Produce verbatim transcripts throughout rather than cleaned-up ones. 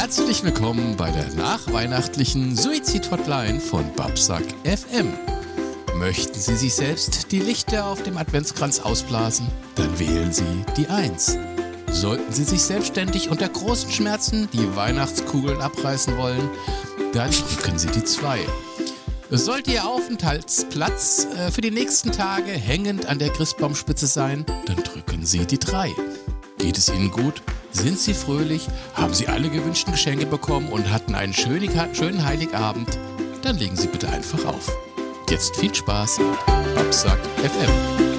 Herzlich willkommen bei der nachweihnachtlichen Suizid-Hotline von Babsack F M. Möchten Sie sich selbst die Lichter auf dem Adventskranz ausblasen? Dann wählen Sie die eins. Sollten Sie sich selbstständig unter großen Schmerzen die Weihnachtskugeln abreißen wollen? Dann drücken Sie die zwei. Sollte Ihr Aufenthaltsplatz äh, für die nächsten Tage hängend an der Christbaumspitze sein? Dann drücken Sie die drei. Geht es Ihnen gut? Sind Sie fröhlich? Haben Sie alle gewünschten Geschenke bekommen und hatten einen schönen, schönen Heiligabend? Dann legen Sie bitte einfach auf. Jetzt viel Spaß mit Babsack F M.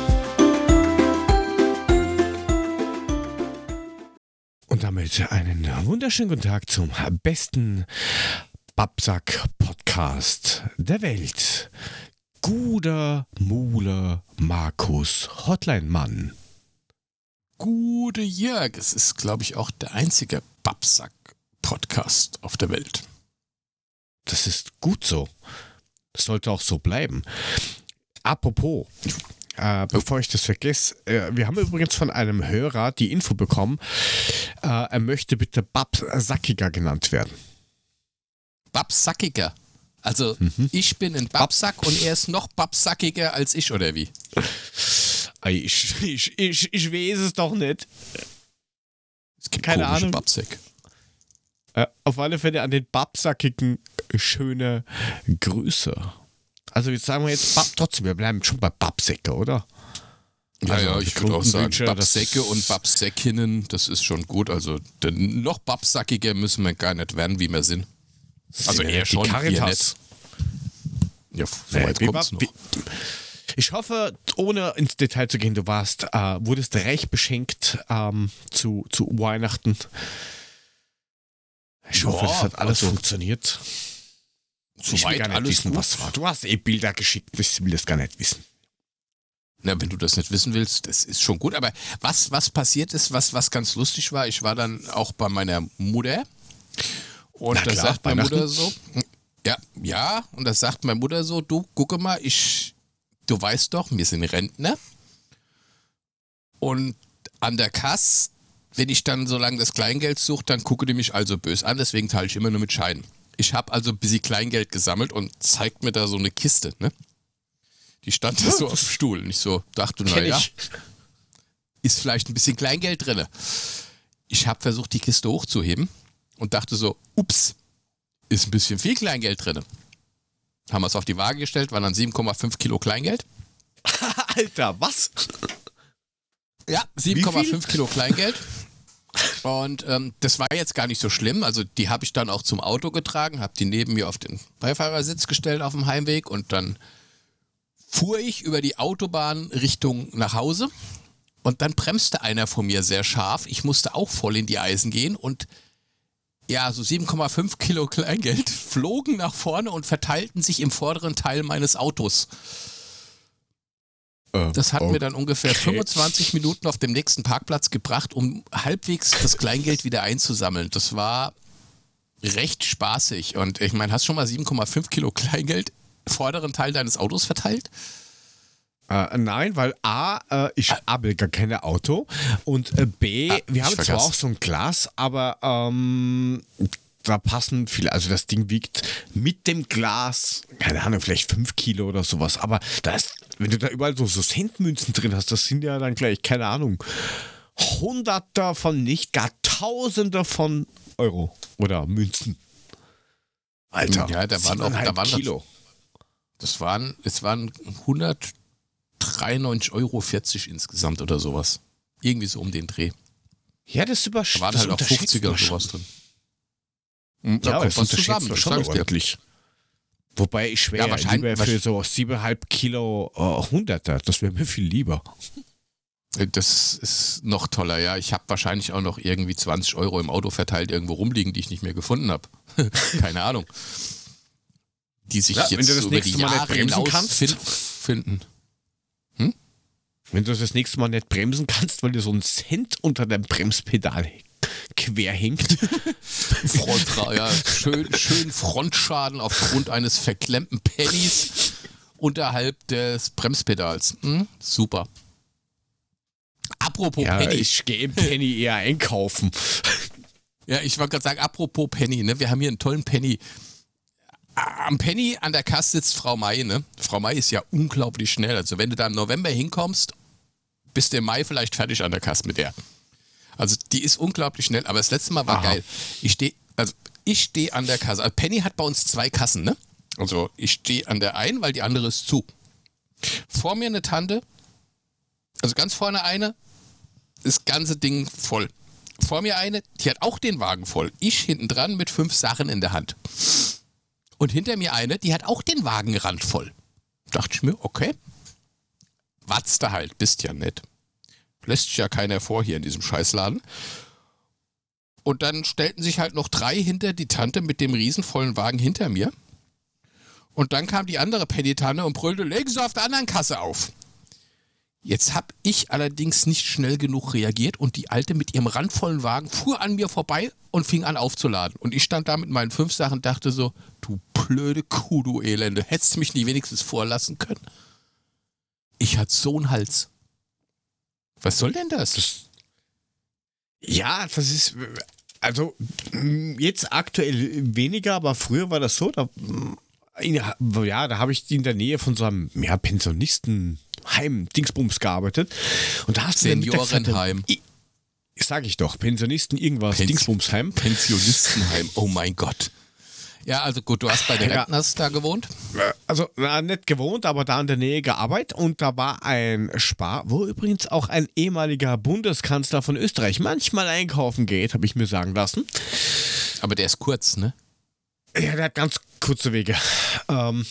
Und damit einen wunderschönen guten Tag zum besten Babsack-Podcast der Welt. Guter Mule Markus Hotline-Mann. Gute Jörg, es ist, glaube ich, auch der einzige Babsack-Podcast auf der Welt. Das ist gut so. Das sollte auch so bleiben. Apropos, äh, bevor ich das vergesse, äh, wir haben übrigens von einem Hörer die Info bekommen, äh, er möchte bitte Babsackiger genannt werden. Babsackiger? Also mhm. Ich bin ein Babsack und er ist noch babsackiger als ich, oder wie? Ich, ich, ich, ich weiß es doch nicht. Es gibt keine Ahnung. Babsack. Äh, auf alle Fälle an den Babsackigen schöne Grüße. Also jetzt sagen wir jetzt Bab, trotzdem, wir bleiben schon bei Babsäcke, oder? Ja, also, ja, ich würde auch sagen, Wünsche, Babsäcke und Babsäckinnen, das ist schon gut. Also denn noch babsackiger müssen wir gar nicht werden, wie wir sind. Also eher schon, wir nicht. Ja, so weit naja, kommt's noch. Wie, Ich hoffe, ohne ins Detail zu gehen, du warst, äh, wurdest reich beschenkt ähm, zu, zu Weihnachten. Ich hoffe, ja, das hat alles also, funktioniert. Ich will soweit gar nicht alles wissen, gut. was war. Du hast eh Bilder geschickt, ich will das gar nicht wissen. Na, wenn du das nicht wissen willst, das ist schon gut. Aber was, was passiert ist, was, was ganz lustig war, ich war dann auch bei meiner Mutter und Na da klar, sagt meine Mutter so, ja, ja, und da sagt meine Mutter so, du, gucke mal, ich... Du weißt doch, wir sind Rentner und an der Kasse, wenn ich dann so lange das Kleingeld suche, dann gucke die mich also böse an, deswegen teile ich immer nur mit Scheinen. Ich habe also ein bisschen Kleingeld gesammelt und zeigt mir da so eine Kiste, ne? Die stand da so auf dem Stuhl und ich so dachte, naja, ist vielleicht ein bisschen Kleingeld drin. Ich habe versucht, die Kiste hochzuheben und dachte so, ups, ist ein bisschen viel Kleingeld drin. Haben wir es auf die Waage gestellt, waren dann sieben Komma fünf Kilo Kleingeld. Alter, was? Ja, sieben Komma fünf Kilo Kleingeld. Und ähm, das war jetzt gar nicht so schlimm. Also die habe ich dann auch zum Auto getragen, habe die neben mir auf den Beifahrersitz gestellt auf dem Heimweg und dann fuhr ich über die Autobahn Richtung nach Hause und dann bremste einer von mir sehr scharf. Ich musste auch voll in die Eisen gehen und ja, so sieben Komma fünf Kilo Kleingeld flogen nach vorne und verteilten sich im vorderen Teil meines Autos. Äh, das hat okay. mir dann ungefähr fünfundzwanzig Minuten auf dem nächsten Parkplatz gebracht, um halbwegs das Kleingeld wieder einzusammeln. Das war recht spaßig. Und ich meine, hast du schon mal sieben Komma fünf Kilo Kleingeld im vorderen Teil deines Autos verteilt? Äh, nein, weil A, äh, ich habe gar kein Auto und äh, B, ah, wir haben vergaß. zwar auch so ein Glas, aber ähm, da passen viele, also das Ding wiegt mit dem Glas, keine Ahnung, vielleicht fünf Kilo oder sowas, aber da ist, wenn du da überall so, so Centmünzen drin hast, das sind ja dann gleich, keine Ahnung, Hunderter von nicht, gar Tausende von Euro oder Münzen. Alter, ja, da waren auch, da waren Kilo. Das, das waren, es waren hundertdreiundneunzig Euro vierzig insgesamt oder sowas. Irgendwie so um den Dreh. Ja, das Da überschreibt. waren halt auch fünfziger und sowas drin. Mhm, Da ja, kommt das was unterschätzt zusammen, man ich schon sag's dir. ordentlich. Wobei ich schwer Ja, ja, wahrscheinlich- lieber für so siebeneinhalb Kilo äh, Hunderter, das wäre mir viel lieber. Das ist noch toller, ja. Ich habe wahrscheinlich auch noch irgendwie zwanzig Euro im Auto verteilt irgendwo rumliegen, die ich nicht mehr gefunden habe. Keine Ahnung. Die sich Ja, jetzt wenn du das über die nächste Mal nicht Jahre bremsen hinaus kannst. fin- finden. Wenn du das nächste Mal nicht bremsen kannst, weil dir so ein Cent unter dem Bremspedal quer hängt. Front, ja, schön, schön Frontschaden aufgrund eines verklemmten Pennys unterhalb des Bremspedals. Hm? Super. Apropos Ja, Penny. ich gehe im Penny eher einkaufen. Ja, ich wollte gerade sagen, apropos Penny, ne? Wir haben hier einen tollen Penny. Am Penny an der Kasse sitzt Frau May, ne? Frau May ist ja unglaublich schnell. Also wenn du da im November hinkommst, bist du im Mai vielleicht fertig an der Kasse mit der. Also die ist unglaublich schnell, aber das letzte Mal war Aha. geil. Ich stehe, also ich stehe an der Kasse. Also Penny hat bei uns zwei Kassen, ne? Also ich stehe an der einen, weil die andere ist zu. Vor mir eine Tante, also ganz vorne eine, das ganze Ding voll. Vor mir eine, die hat auch den Wagen voll. Ich hinten dran mit fünf Sachen in der Hand. Und hinter mir eine, die hat auch den Wagenrand voll. Dachte ich mir, okay. Watzt du halt, bist ja nett. Lässt sich ja keiner vor hier in diesem Scheißladen. Und dann stellten sich halt noch drei hinter die Tante mit dem riesenvollen Wagen hinter mir. Und dann kam die andere Penny-Tante und brüllte, legen Sie auf der anderen Kasse auf. Jetzt habe ich allerdings nicht schnell genug reagiert und die Alte mit ihrem randvollen Wagen fuhr an mir vorbei und fing an aufzuladen. Und ich stand da mit meinen fünf Sachen und dachte so, du blöde Kuh, du Elende, hättest du mich nicht wenigstens vorlassen können? Ich hatte so einen Hals. Was soll denn das? das? Ja, das ist, also jetzt aktuell weniger, aber früher war das so, da, ja, da habe ich in der Nähe von so einem ja, Pensionistenheim, Dingsbums gearbeitet. Und da hast du Seniorenheim. Sag ich doch, Pensionisten irgendwas, Pens- Dingsbumsheim. Pensionistenheim, oh mein Gott. Ja, also gut, du hast bei den Rentners da gewohnt? Also, na, nicht gewohnt, aber da in der Nähe gearbeitet und da war ein Spar, wo übrigens auch ein ehemaliger Bundeskanzler von Österreich manchmal einkaufen geht, habe ich mir sagen lassen. Aber der ist kurz, ne? Ja, der hat ganz kurze Wege. Ähm,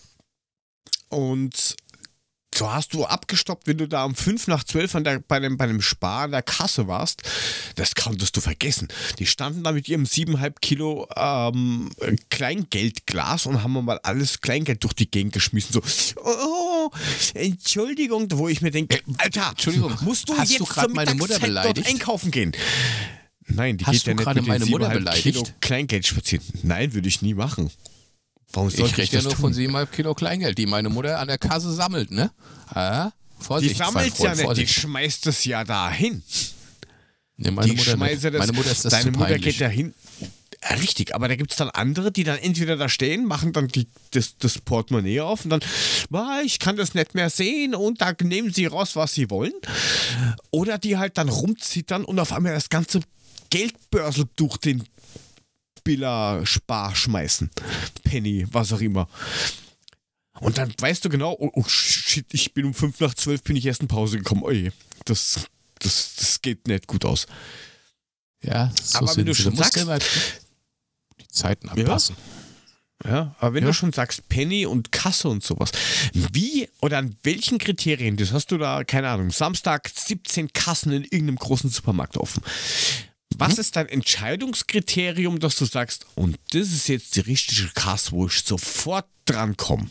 und so hast du abgestoppt, wenn du da um fünf nach zwölf an der, bei, dem, bei dem Spar an der Kasse warst. Das konntest du vergessen. Die standen da mit ihrem siebeneinhalb Kilo ähm, Kleingeldglas und haben mal alles Kleingeld durch die Gegend geschmissen. So, oh, Entschuldigung, wo ich mir denke, Alter, Entschuldigung, musst du hast jetzt du zur meine Mutter beleidigt? Dort einkaufen gehen? Nein, die hast geht du ja nicht gerade mit meine den Mutter siebeneinhalb beleidigt? Kilo Kleingeld spazieren. Nein, würde ich nie machen. Warum soll ich ich, rede ich ja das nur tun? von siebeneinhalb Kilo Kleingeld, die meine Mutter an der Kasse sammelt, ne? Ah, Vorsicht, die sammelt ja nicht, Vorsicht. die schmeißt es ja dahin. Nee, meine die Mutter schmeißt das, meine Mutter ist das deine zu Mutter peinlich. geht dahin. Ja, richtig, aber da gibt es dann andere, die dann entweder da stehen, machen dann die, das, das Portemonnaie auf und dann, ah, ich kann das nicht mehr sehen und da nehmen sie raus, was sie wollen. Oder die halt dann rumzittern und auf einmal das ganze Geldbörsel durch den Billa Spar schmeißen. Penny, was auch immer. Und dann weißt du genau, oh, oh shit, ich bin um fünf nach zwölf, bin ich erst in Pause gekommen. Oje, das, das, das geht nicht gut aus. Ja, so aber wenn du schon musst sagst, immer die Zeiten anpassen. Ja, ja aber wenn ja. du schon sagst Penny und Kasse und sowas, wie oder an welchen Kriterien, das hast du da, keine Ahnung, Samstag siebzehn Kassen in irgendeinem großen Supermarkt offen. Was mhm. ist dein Entscheidungskriterium, dass du sagst, und das ist jetzt die richtige Kasse, wo ich sofort dran komme?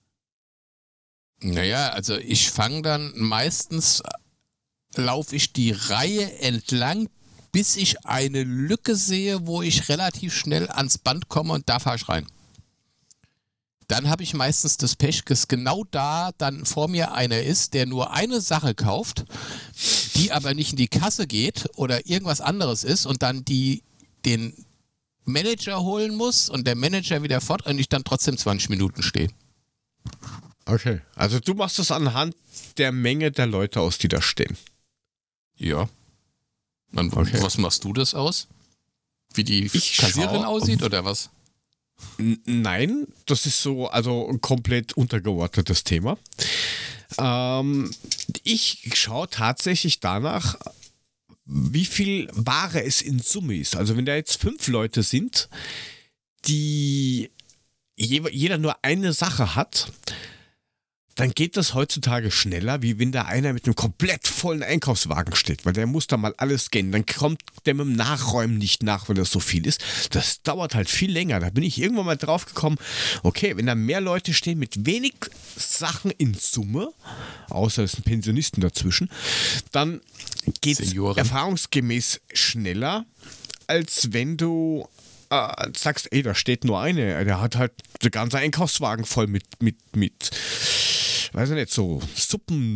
Naja, also ich fange dann meistens, laufe ich die Reihe entlang, bis ich eine Lücke sehe, wo ich relativ schnell ans Band komme und da fahre ich rein. Dann habe ich meistens das Pech, dass genau da dann vor mir einer ist, der nur eine Sache kauft, die aber nicht in die Kasse geht oder irgendwas anderes ist und dann die den Manager holen muss und der Manager wieder fort und ich dann trotzdem zwanzig Minuten stehe. Okay, also du machst das anhand der Menge der Leute aus, die da stehen. Ja. Und okay. Was machst du das aus? Wie die ich Kassiererin schau, aussieht oder was? N- nein, das ist so, also ein komplett untergeordnetes Thema. Ähm, ich schaue tatsächlich danach, wie viel Ware es in Summe ist. Also wenn da jetzt fünf Leute sind, die je, jeder nur eine Sache hat, dann geht das heutzutage schneller, wie wenn da einer mit einem komplett vollen Einkaufswagen steht, weil der muss da mal alles scannen. Dann kommt der mit dem Nachräumen nicht nach, weil das so viel ist. Das dauert halt viel länger. Da bin ich irgendwann mal drauf gekommen, okay, wenn da mehr Leute stehen mit wenig Sachen in Summe, außer es sind Pensionisten dazwischen, dann geht es erfahrungsgemäß schneller, als wenn du äh, sagst, ey, da steht nur eine. Der hat halt den ganzen Einkaufswagen voll mit, mit, mit weiß ich nicht, so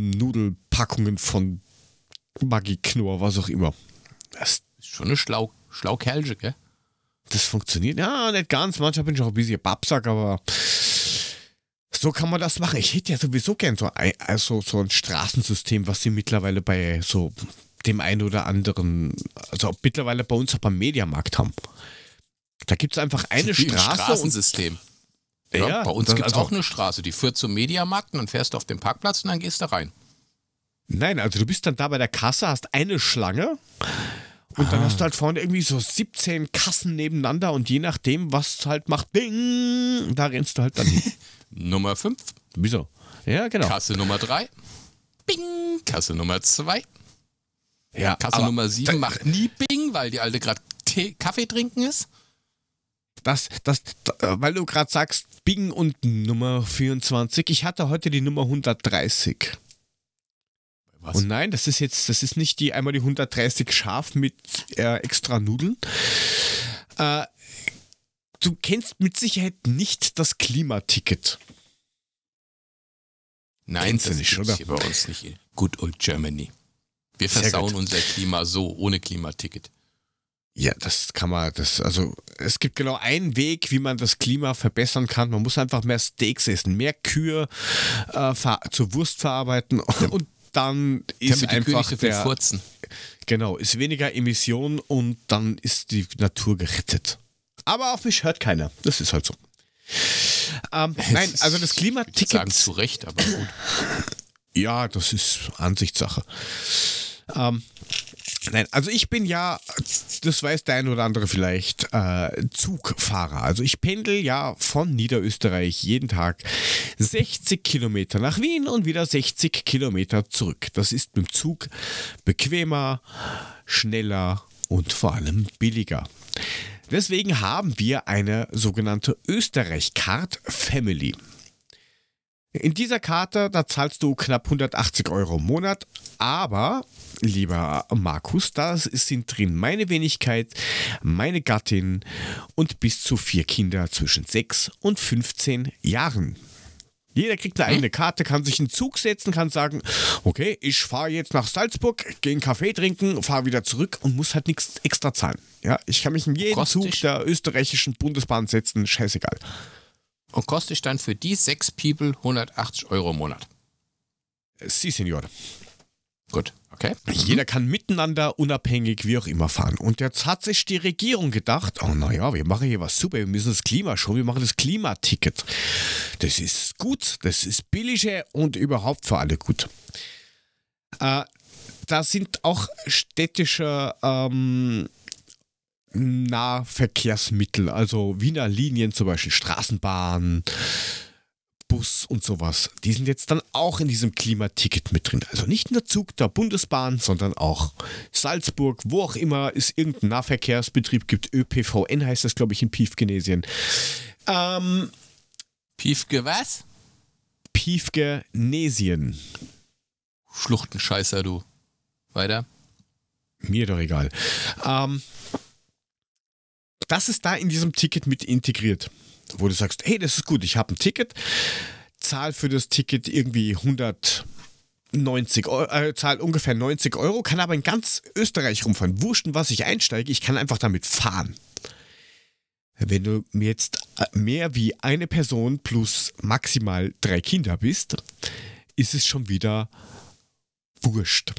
Suppennudelpackungen von Maggi Knorr, was auch immer. Das ist schon eine schlau, Schlau Kerlche, gell? Das funktioniert, ja, nicht ganz. Manchmal bin ich auch ein bisschen Babsack, aber so kann man das machen. Ich hätte ja sowieso gern so ein, also so ein Straßensystem, was sie mittlerweile bei so dem einen oder anderen, also mittlerweile bei uns auch beim Mediamarkt haben. Da gibt es einfach eine Wie ein Straße. Straßensystem. Und, Ja, ja, bei uns das- gibt es also- auch eine Straße, die führt zum Mediamarkt und dann fährst du auf den Parkplatz und dann gehst du rein. Nein, also du bist dann da bei der Kasse, hast eine Schlange und dann hast du halt vorne irgendwie so siebzehn Kassen nebeneinander und je nachdem, was es halt macht, ding, da rennst du halt dann hin. Nummer fünf, Wieso? Ja, genau. Kasse Nummer drei, Bing, Kasse Nummer zwei, Ja, Kasse aber Nummer sieben macht nie Bing, weil die alte gerade Kaffee trinken ist. Das, das, da- weil du gerade sagst, Bing und Nummer vierundzwanzig, ich hatte heute die Nummer hundertdreißig. Was? Und nein, das ist jetzt, das ist nicht die einmal die hundertdreißig scharf mit äh, extra Nudeln. Äh, du kennst mit Sicherheit nicht das Klimaticket. Nein, Kennst du das nicht, gibt's oder? hier bei uns nicht. Good old Germany. Wir Sehr versauen gut. unser Klima so, ohne Klimaticket. Ja, das kann man, das, also es gibt genau einen Weg, wie man das Klima verbessern kann. Man muss einfach mehr Steaks essen, mehr Kühe äh, ver- zur Wurst verarbeiten und dann ist Damit die Kühe einfach nicht so viel der, furzen. genau, ist weniger Emission und dann ist die Natur gerettet. Aber auf mich hört keiner. Das ist halt so. Ähm, nein, also das Ich Klimaticket. sagen zu Recht, aber gut. Ja, das ist Ansichtssache. Ähm, nein, also ich bin ja, das weiß der ein oder andere vielleicht, äh, Zugfahrer. Also ich pendel ja von Niederösterreich jeden Tag sechzig Kilometer nach Wien und wieder sechzig Kilometer zurück. Das ist mit dem Zug bequemer, schneller und vor allem billiger. Deswegen haben wir eine sogenannte Österreich-Card Family. In dieser Karte, da zahlst du knapp hundertachtzig Euro im Monat, aber, lieber Markus, da sind drin meine Wenigkeit, meine Gattin und bis zu vier Kinder zwischen sechs und fünfzehn Jahren. Jeder kriegt eine eigene Karte, kann sich in den Zug setzen, kann sagen, okay, ich fahre jetzt nach Salzburg, gehe einen Kaffee trinken, fahre wieder zurück und muss halt nichts extra zahlen. Ja, ich kann mich in jeden Kostet Zug dich- der österreichischen Bundesbahn setzen, scheißegal. Und kostet dich dann für die sechs People hundertachtzig Euro im Monat. Si, Senor. Gut, okay. Jeder kann miteinander, unabhängig, wie auch immer fahren. Und jetzt hat sich die Regierung gedacht, oh naja, wir machen hier was super, wir müssen das Klima schon, wir machen das Klimaticket. Das ist gut, das ist billiger und überhaupt für alle gut. Äh, da sind auch städtische ähm, Nahverkehrsmittel, also Wiener Linien, zum Beispiel Straßenbahn, Bus und sowas, die sind jetzt dann auch in diesem Klimaticket mit drin. Also nicht nur Zug der Bundesbahn, sondern auch Salzburg, wo auch immer es irgendeinen Nahverkehrsbetrieb gibt. ÖPVN heißt das, glaube ich, in Piefgenesien. Ähm, Piefke was? Piefgenesien. Schluchtenscheißer, du. Weiter. Mir doch egal. Ähm, das ist da in diesem Ticket mit integriert. Wo du sagst, hey, das ist gut, ich habe ein Ticket, zahl für das Ticket irgendwie hundertneunzig Euro, äh, zahl ungefähr neunzig Euro, kann aber in ganz Österreich rumfahren. Wurscht, was ich einsteige, ich kann einfach damit fahren. Wenn du mir jetzt mehr wie eine Person plus maximal drei Kinder bist, ist es schon wieder wurscht.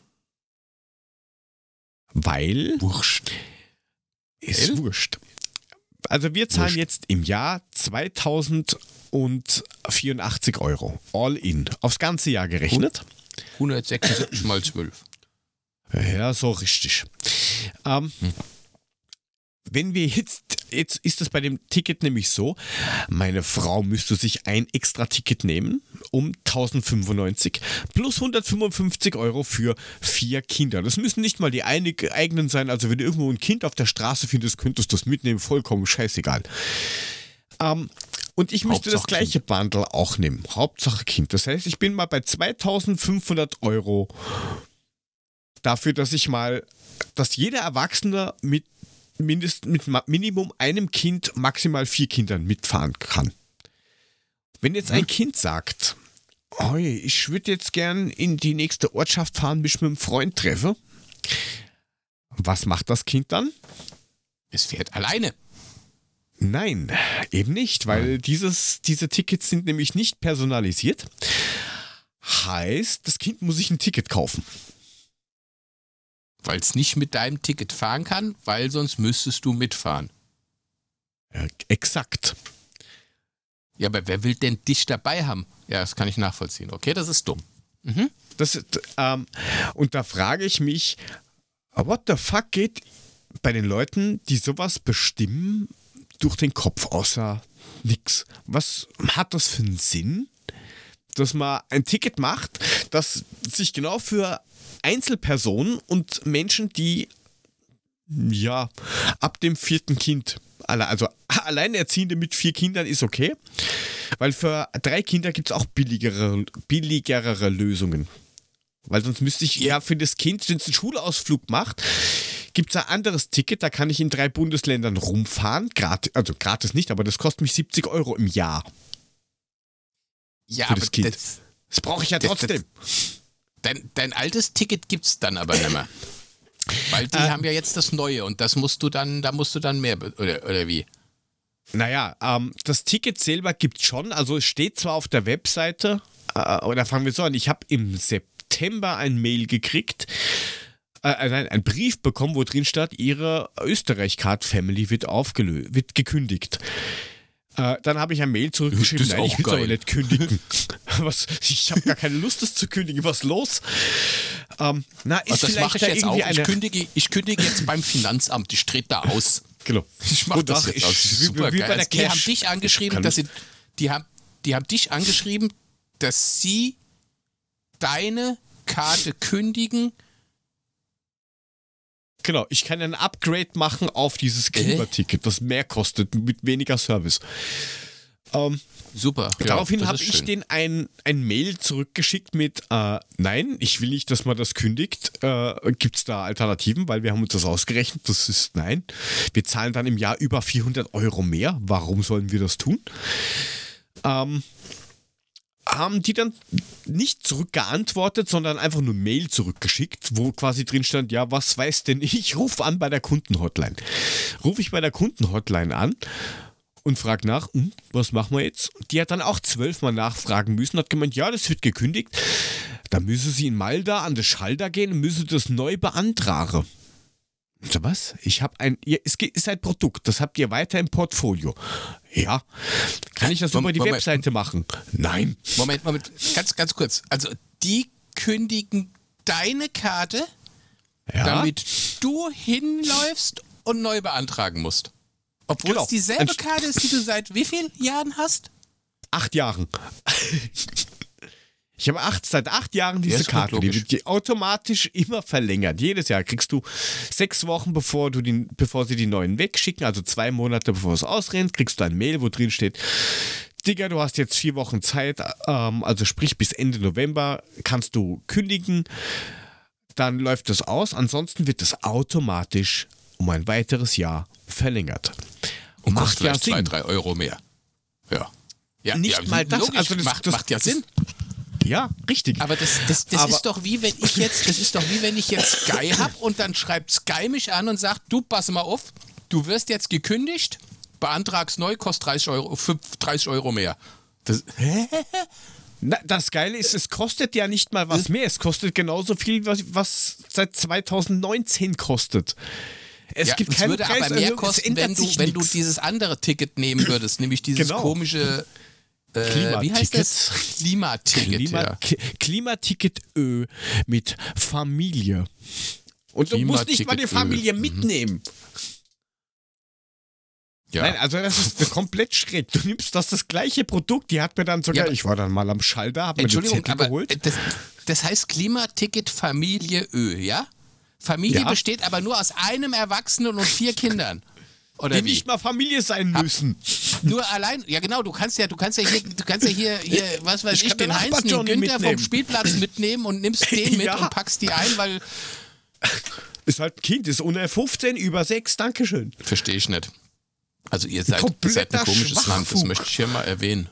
Weil Wurscht. ist Weil? wurscht. Also wir zahlen Wurscht. jetzt im Jahr zweitausendvierundachtzig Euro. All in. Aufs ganze Jahr gerechnet. hundertsechsundsiebzig mal zwölf. Ja, so richtig. Ähm, Hm. Wenn wir jetzt, jetzt ist das bei dem Ticket nämlich so, meine Frau müsste sich ein extra Ticket nehmen um tausendfünfundneunzig plus hundertfünfundfünfzig Euro für vier Kinder. Das müssen nicht mal die einig- eigenen sein, also wenn du irgendwo ein Kind auf der Straße findest, könntest du es mitnehmen, vollkommen scheißegal. Ähm, und ich müsste das Hauptsache gleiche Bundle auch nehmen. Hauptsache Kind. Das heißt, ich bin mal bei zweitausendfünfhundert Euro dafür, dass ich mal, dass jeder Erwachsene mit mindest mit ma- Minimum einem Kind, maximal vier Kindern mitfahren kann. Wenn jetzt ein Kind sagt, oh, ich würde jetzt gern in die nächste Ortschaft fahren, mich mit einem Freund treffe, Was macht das Kind dann? Es fährt alleine. Nein, eben nicht, weil dieses, diese Tickets sind nämlich nicht personalisiert. Heißt, das Kind muss sich ein Ticket kaufen. Weil es nicht mit deinem Ticket fahren kann, weil sonst müsstest du mitfahren. Ja, exakt. Ja, aber wer will denn dich dabei haben? Ja, das kann ich nachvollziehen. Okay, das ist dumm. Mhm. Das, ähm, und da frage ich mich, what the fuck geht bei den Leuten, die sowas bestimmen, durch den Kopf, außer nix. Was hat das für einen Sinn, dass man ein Ticket macht, das sich genau für Einzelpersonen und Menschen, die ja ab dem vierten Kind, also Alleinerziehende mit vier Kindern ist okay, weil für drei Kinder gibt es auch billigere, billigere Lösungen. Weil sonst müsste ich ja für das Kind, wenn es einen Schulausflug macht, gibt es ein anderes Ticket, da kann ich in drei Bundesländern rumfahren, gratis, also gratis nicht, aber das kostet mich siebzig Euro im Jahr. Ja, für aber das Kind. Das, das brauche ich ja das, trotzdem. Das, dein, dein altes Ticket gibt es dann aber nicht mehr. Weil die äh, haben ja jetzt das Neue und das musst du dann, da musst du dann mehr, oder, oder wie? Naja, ähm, das Ticket selber gibt es schon, also es steht zwar auf der Webseite, äh, oder fangen wir so an, ich habe im September ein Mail gekriegt, äh, nein, einen Brief bekommen, wo drin steht, ihre Österreich-Card-Family wird aufgelöst, wird gekündigt. Äh, dann habe ich ein Mail zurückgeschrieben, nein, ich will es aber nicht kündigen. Was, ich habe gar keine Lust, das zu kündigen. Was los? Ähm, na, ist also das mache ich da jetzt auch. Eine... Ich, kündige, ich kündige jetzt beim Finanzamt. Ich trete da aus. Genau. Ich mache das jetzt ich, aus. Super wie, wie geil. bei der Also die Cash. haben dich angeschrieben, dass sie, die haben, die haben dich angeschrieben, dass sie deine Karte kündigen. Genau, ich kann ein Upgrade machen auf dieses Klimaticket, das mehr kostet, mit weniger Service. Ähm, Super. Ja, daraufhin habe ich denen ein, ein Mail zurückgeschickt mit, äh, nein, ich will nicht, dass man das kündigt. Äh, Gibt es da Alternativen? Weil wir haben uns das ausgerechnet. Das ist nein. Wir zahlen dann im Jahr über vierhundert Euro mehr. Warum sollen wir das tun? Ähm, haben die dann nicht zurückgeantwortet, sondern einfach nur Mail zurückgeschickt, wo quasi drin stand, ja, was weiß denn ich? Ich rufe an bei der Kundenhotline. Rufe ich bei der Kundenhotline an und frage nach, hm, was machen wir jetzt? Die hat dann auch zwölfmal nachfragen müssen, hat gemeint, ja, das wird gekündigt. Da müsse sie in Malda an den Schalter gehen und müsse das neu beantragen. So was? Ich habe ein, es ist ein Produkt, das habt ihr weiter im Portfolio. Ja. Kann ich das Moment, über die Moment. Webseite machen? Nein. Moment, Moment, ganz, ganz kurz. Also die kündigen deine Karte, ja, damit du hinläufst und neu beantragen musst. Obwohl genau. es dieselbe ein Karte ist, die du seit wie vielen Jahren hast? Acht Jahren. Ich habe acht, seit acht Jahren diese ja, Karte, die wird die automatisch immer verlängert. Jedes Jahr kriegst du sechs Wochen, bevor, du die, bevor sie die neuen wegschicken, also zwei Monate bevor es ausrennt, kriegst du ein Mail, wo drin steht, Digga, du hast jetzt vier Wochen Zeit, ähm, also sprich bis Ende November kannst du kündigen, dann läuft das aus, ansonsten wird das automatisch um ein weiteres Jahr verlängert. Und macht ja Sinn. zwei, drei Euro mehr. Ja. ja Nicht ja, mal das, logisch, also das macht, das, macht ja Sinn. Ja, richtig. Aber das, das, das Aber ist doch wie wenn ich jetzt, das ist doch wie wenn ich jetzt Sky habe und dann schreibt Sky mich an und sagt, du pass mal auf, du wirst jetzt gekündigt, beantragst neu, kostet dreißig Euro, dreißig Euro mehr. Das, hä? Na, das Geile ist, es kostet ja nicht mal was mehr. Es kostet genauso viel, was, was seit zweitausendneunzehn kostet. Es ja, gibt es keine würde aber mehr kosten, wenn, du, wenn du dieses andere Ticket nehmen würdest, nämlich dieses genau. komische Äh, wie heißt das? Klimaticket. Klima, ja. Klimaticket Ö mit Familie. Und du musst nicht mal die Familie Ö. mitnehmen. Ja. Nein, also das ist komplett schräg. Du nimmst das das gleiche Produkt, die hat mir dann sogar, ja, ich war dann mal am Schalter, hab mir den Zettel aber geholt. Das, das heißt Klimaticket Familie Ö, ja? Familie ja. besteht aber nur aus einem Erwachsenen und vier Kindern. Oder die wie? nicht mal Familie sein müssen. Hab, nur allein, ja genau, du kannst ja, du kannst ja hier, du kannst ja hier, hier was weiß ich, ich den Heinz, den Günther mitnehmen. vom Spielplatz mitnehmen und nimmst den mit ja. und packst die ein, weil... Ist halt ein Kind, ist unter fünfzehn, über sechs, dankeschön. Verstehe ich nicht. Also ihr seid, ihr seid ein komisches Land, das möchte ich hier mal erwähnen.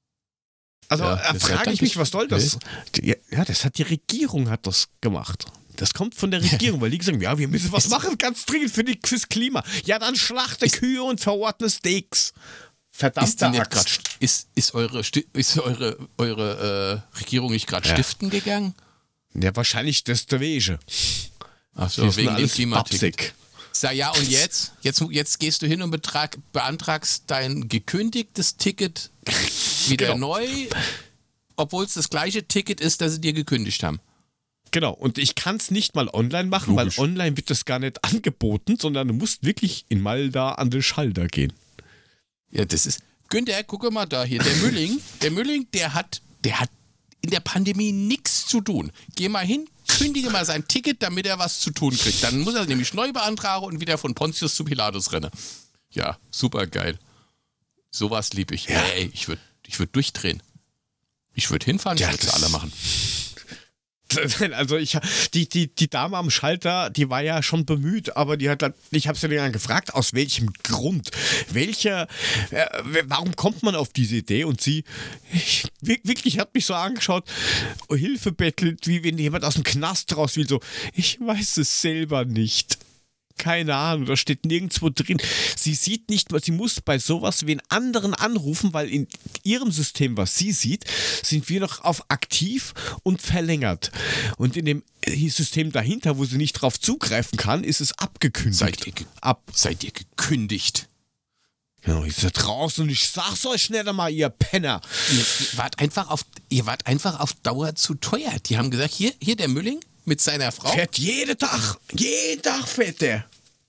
Also ja, frage ich mich, was soll das? Ja, das hat die Regierung hat das gemacht. Das kommt von der Regierung, weil die sagen, ja, wir müssen was machen, ganz dringend für die, fürs Klima. Ja, dann schlachte Kühe und verordne Steaks. Verdammter ist, Axt. grad, ist, ist eure, ist eure, eure äh, Regierung nicht gerade Ja. stiften gegangen? Ja, wahrscheinlich das der Wege. Ach so, wegen dem Klimaticket. Babsick. Sag ja, und jetzt? jetzt? Jetzt gehst du hin und betrag, beantragst dein gekündigtes Ticket wieder Genau. neu, obwohl es das gleiche Ticket ist, das sie dir gekündigt haben. Genau, und ich kann es nicht mal online machen, Logisch. weil online wird das gar nicht angeboten, sondern du musst wirklich in Malda an den Schalter gehen. Ja, das ist. Günther, guck mal da hier, der Mülling, der Mülling, der hat, der hat in der Pandemie nichts zu tun. Geh mal hin, kündige mal sein Ticket, damit er was zu tun kriegt. Dann muss er nämlich neu beantragen und wieder von Pontius zu Pilatus rennen. Ja, super geil. Sowas lieb ich. Ja. Ey, ich würde ich würd durchdrehen. Ich würde hinfahren, Ja, ich würde es das- alle machen. Also ich, die, die, die Dame am Schalter, die war ja schon bemüht, aber die hat dann, ich habe sie dann gefragt, aus welchem Grund, welcher, äh, warum kommt man auf diese Idee? Und sie, ich, wirklich hat mich so angeschaut, Hilfe bettelt, wie wenn jemand aus dem Knast raus will, so, ich weiß es selber nicht. Keine Ahnung, da steht nirgendwo drin. Sie sieht nicht mal, sie muss bei sowas wen anderen anrufen, weil in ihrem System, was sie sieht, sind wir noch auf aktiv und verlängert. Und in dem System dahinter, wo sie nicht drauf zugreifen kann, ist es abgekündigt. Seid ihr, ge Ab. seid ihr gekündigt? Genau, ich sitze draußen und ich sag's euch schneller mal, ihr Penner. Ihr, ihr, wart einfach auf, ihr wart einfach auf Dauer zu teuer. Die haben gesagt, hier, hier der Mülling mit seiner Frau. Fährt jeden Tag, jeden Tag fährt der.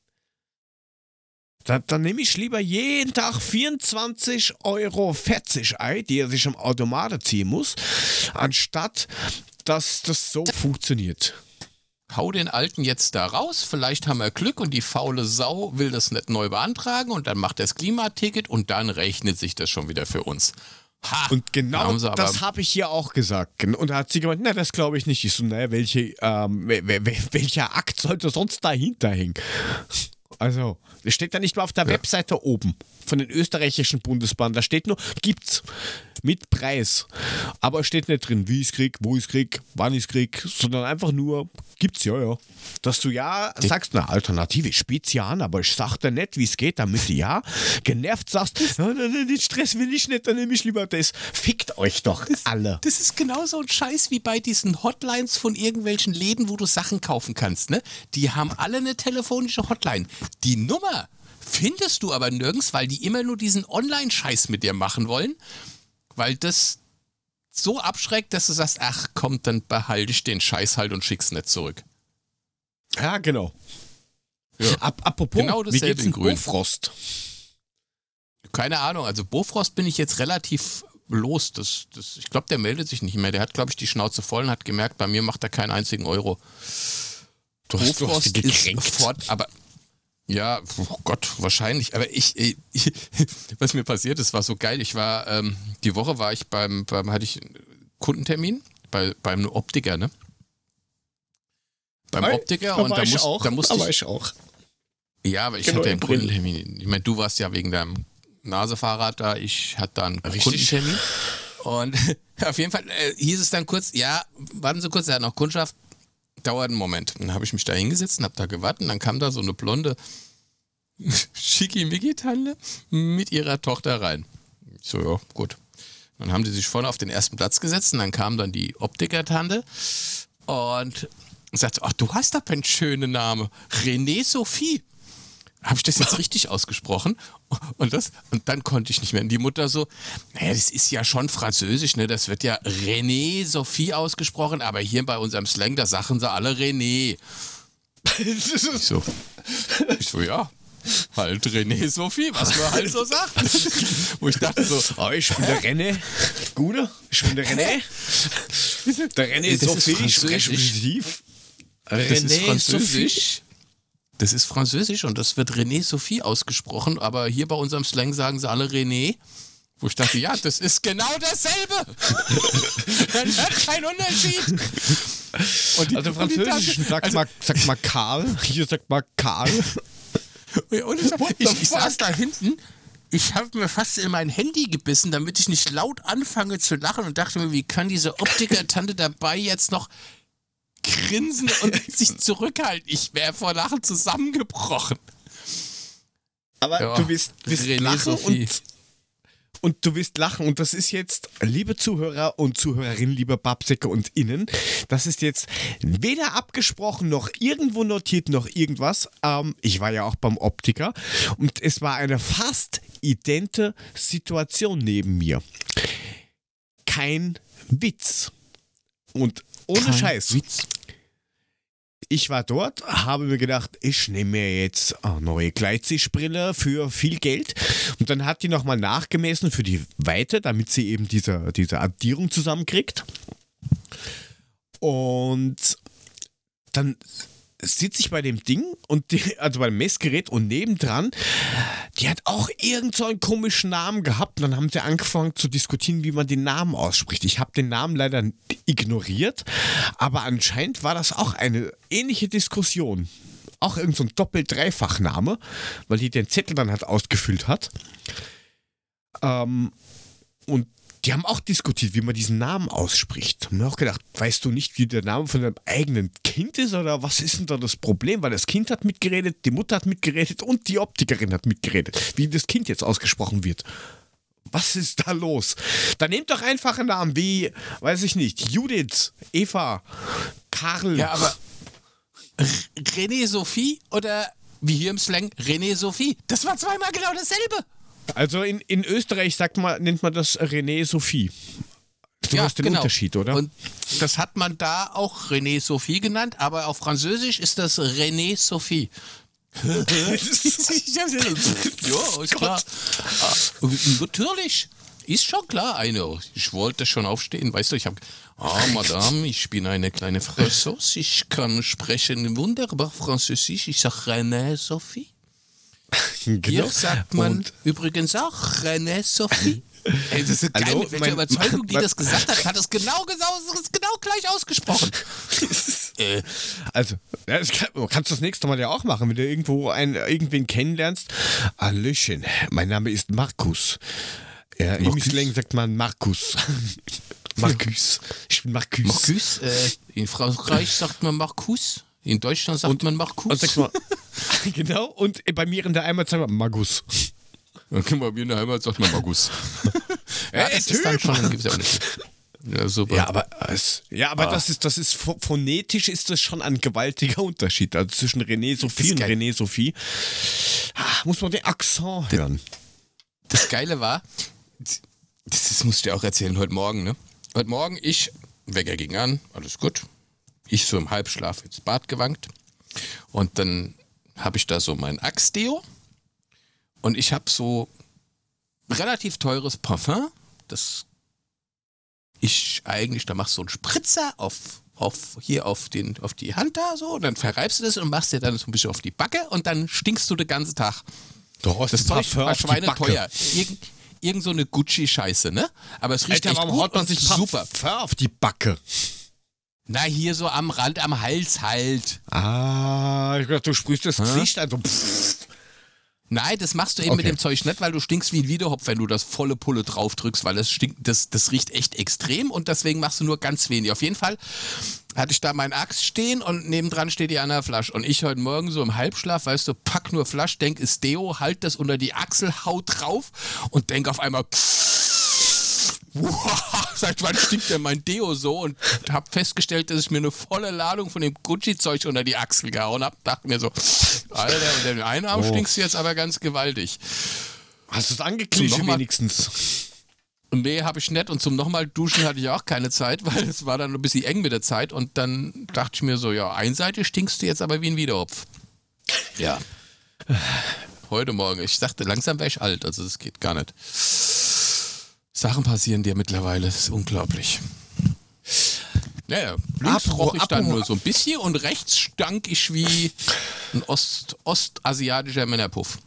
Da, dann nehme ich lieber jeden Tag vierundzwanzig Euro vierzig ein, die er sich am Automaten ziehen muss, anstatt dass das so funktioniert. Hau den Alten jetzt da raus, vielleicht haben wir Glück und die faule Sau will das nicht neu beantragen und dann macht er das Klimaticket und dann rechnet sich das schon wieder für uns. Ha, Und da genau haben sie aber- das habe ich hier auch gesagt. Und da hat sie gemeint, na, das glaube ich nicht. Ich so, naja, welche, ähm, wel- wel- welcher Akt sollte sonst dahinter hängen? Also, das steht da nicht mal auf der Ja. Webseite oben von den österreichischen Bundesbahnen. Da steht nur, gibt's mit Preis. Aber es steht nicht drin, wie ich es krieg, wo ich es krieg, wann ich es krieg, sondern einfach nur, gibt's, ja, ja. Dass du ja sagst, na, Alternative, Spezian, aber ich sag dir nicht, wie es geht, damit du ja genervt sagst, ja, den Stress will ich nicht, dann nehme ich lieber das. Fickt euch doch alle. Das ist genauso ein Scheiß wie bei diesen Hotlines von irgendwelchen Läden, wo du Sachen kaufen kannst. Ne? Die haben alle eine telefonische Hotline. Die Nummer findest du aber nirgends, weil die immer nur diesen Online-Scheiß mit dir machen wollen, weil das so abschreckt, dass du sagst, ach komm, dann behalte ich den Scheiß halt und schick's nicht zurück. Ja, genau. Ja. Ap apropos, Genau wie dasselbe geht's in in Grün. Bofrost? Keine Ahnung, also Bofrost bin ich jetzt relativ los. Das, das, ich glaube, der meldet sich nicht mehr. Der hat, glaube ich, die Schnauze voll und hat gemerkt, bei mir macht er keinen einzigen Euro. Du hast, du hast Bofrost sie gekränkt. ist fort, aber ja, oh Gott, wahrscheinlich. Aber ich, ich, ich, was mir passiert ist, war so geil. Ich war, ähm, die Woche war ich beim, beim hatte ich einen Kundentermin bei, beim Optiker, ne? Beim Nein, Optiker und da, ich muss, auch, da musste da war ich, ich auch. ja, aber ich Genau, hatte einen im April. Kundentermin. Ich meine, du warst ja wegen deinem Nasefahrrad da, ich hatte da einen Richtig. Kundentermin. Und auf jeden Fall äh, hieß es dann kurz, ja, warten Sie kurz, er hat noch Kundschaft, dauert einen Moment. Dann habe ich mich da hingesetzt und habe da gewartet und dann kam da so eine blonde Schickimicki-Tante mit ihrer Tochter rein. Ich so, ja, gut. Dann haben die sich vorne auf den ersten Platz gesetzt und dann kam dann die Optiker-Tante und sagte, ach, du hast aber einen schönen Namen. René Sophie. Habe ich das jetzt richtig ausgesprochen? Und, das, und dann konnte ich nicht mehr. Und die Mutter so, naja, das ist ja schon französisch, ne? Das wird ja René Sophie ausgesprochen, aber hier bei unserem Slang, da sagen sie alle René. Ich so, ich so, ja, halt René Sophie, was man halt so sagt. Wo ich dachte so, Oh, ich bin der René. Gute, ich bin der René. Der René ist Das so ist viel, ich spreche französisch. tief. das ist René französisch. Das ist französisch und das wird René Sophie ausgesprochen, aber hier bei unserem Slang sagen sie alle René. Wo ich dachte, ja, das ist genau dasselbe. Man hört keinen Unterschied. Und die- Also und die Französisch Tante- sagt, also, mal, sagt mal Karl, hier sagt mal Karl. und ich, What ich, the ich saß fuck? da hinten, ich habe mir fast in mein Handy gebissen, damit ich nicht laut anfange zu lachen und dachte mir, wie kann diese Optiker-Tante dabei jetzt noch grinsen und sich zurückhalten. Ich wäre vor Lachen zusammengebrochen. Aber ja, du wirst, wirst René lachen Sophie. und, und du wirst lachen. Und das ist jetzt, liebe Zuhörer und Zuhörerinnen, liebe Babsäcke und Innen, das ist jetzt weder abgesprochen noch irgendwo notiert noch irgendwas. Ähm, ich war ja auch beim Optiker und es war eine fast idente Situation neben mir. Kein Witz. Und ohne Kein Scheiß. Witz. Ich war dort, habe mir gedacht, ich nehme mir jetzt eine neue Gleitsichtbrille für viel Geld. Und dann hat die nochmal nachgemessen für die Weite, damit sie eben diese, diese Addierung zusammenkriegt. Und dann sitze ich bei dem Ding, und die, also beim Messgerät, und nebendran, die hat auch irgend so einen komischen Namen gehabt. Und dann haben sie angefangen zu diskutieren, wie man den Namen ausspricht. Ich habe den Namen leider ignoriert, aber anscheinend war das auch eine ähnliche Diskussion. Auch irgend so ein Doppel-Dreifach-Name, weil die den Zettel dann halt ausgefüllt hat. Ähm, und die haben auch diskutiert, wie man diesen Namen ausspricht. Und mir auch gedacht, weißt du nicht, wie der Name von deinem eigenen Kind ist, oder was ist denn da das Problem? Weil das Kind hat mitgeredet, die Mutter hat mitgeredet und die Optikerin hat mitgeredet, wie das Kind jetzt ausgesprochen wird. Was ist da los? Dann nehmt doch einfache Namen wie, weiß ich nicht, Judith, Eva, Karl. Ja, aber René Sophie oder wie hier im Slang René Sophie, das war zweimal genau dasselbe. Also in, in Österreich sagt man, nennt man das René Sophie. Du ja, hast den genau. Unterschied, oder? Und das hat man da auch René Sophie genannt, aber auf Französisch ist das René Sophie. Ja, ist klar. Ah, natürlich. Ist schon klar, eine. Ich wollte schon aufstehen, weißt du, ich habe, ah, Madame, ich bin eine kleine Franzose, ich kann sprechen wunderbar Französisch, ich sage René Sophie. Genau. Hier sagt man Und übrigens auch René Sophie. Ey, das ist eine geile, Hallo, welche mein- Überzeugung, die mein- das gesagt hat, hat es genau, genau, genau gleich ausgesprochen. äh, Also, ja, das kann, du kannst das nächste Mal ja auch machen, wenn du irgendwo einen, irgendwen kennenlernst. Hallöchen, mein Name ist Markus. Ja, Im Markus. Slang sagt man Markus. Markus. Ich bin Markus. Marcus, äh, in Frankreich sagt man Marcus, in Deutschland sagt man Marcus. Und sagst mal, genau, und bei mir in der Heimat sagen wir Magus. Okay, bei mir in der Heimat sagt man Marcus. ja, Ey, das ist dann Typ! schon, gibt's ja auch nicht. Ja, super. Ja, aber, es, ja, aber Ah. das ist, das ist pho- phonetisch ist das schon ein gewaltiger Unterschied. Also zwischen René Sophie ist und geil. René Sophie. Ah, muss man den Akzent hören. Das Geile war, das, das musst du dir auch erzählen, heute Morgen, ne? Heute Morgen, ich, Wecker ging an, alles gut. Ich so im Halbschlaf ins Bad gewankt. Und dann habe ich da so mein Axe-Deo. Und ich habe so relativ teures Parfum. Das ich eigentlich, da machst du so einen Spritzer auf, auf, hier auf, den, auf die Hand da so. Und dann verreibst du das und machst dir dann so ein bisschen auf die Backe. Und dann stinkst du den ganzen Tag. Du hast Das Zeug Parfum war auf die schweineteuer. Irgend, irgend so eine Gucci-Scheiße, ne? Aber es riecht Alter, echt warum gut haut man und sich super. Parfum auf die Backe? Na, hier so am Rand, am Hals halt. Ah, ich dachte, du sprühst das Hä? Gesicht, also pff. Nein, das machst du eben Okay. mit dem Zeug nicht, weil du stinkst wie ein Wiederhopf, wenn du das volle Pulle drauf drückst, weil das stinkt, das, das riecht echt extrem und deswegen machst du nur ganz wenig. Auf jeden Fall hatte ich da meinen Axt stehen und nebendran steht die andere Flasche. Und ich heute Morgen so im Halbschlaf, weißt du, pack nur Flasche, denk, ist Deo, halt das unter die Achsel, haut drauf und denk auf einmal, wow, seit wann stinkt denn mein Deo so? Und hab festgestellt, dass ich mir eine volle Ladung von dem Gucci-Zeug unter die Achsel gehauen hab. Dachte mir so, Alter, unter dem einen Arm Oh. stinkst du jetzt aber ganz gewaltig. Hast du es angeklickt Nochmal- wenigstens? Und nee, habe ich nicht. Und zum nochmal duschen hatte ich auch keine Zeit, weil es war dann ein bisschen eng mit der Zeit. Und dann dachte ich mir so, ja, einseitig stinkst du jetzt aber wie ein Wiederhopf. Ja. Heute Morgen. Ich dachte, langsam wäre ich alt. Also das geht gar nicht. Sachen passieren dir mittlerweile. Das ist unglaublich. Naja, links Apropos- roch ich dann apropos- nur so ein bisschen und rechts stank ich wie ein Ost, ostasiatischer Männerpuff.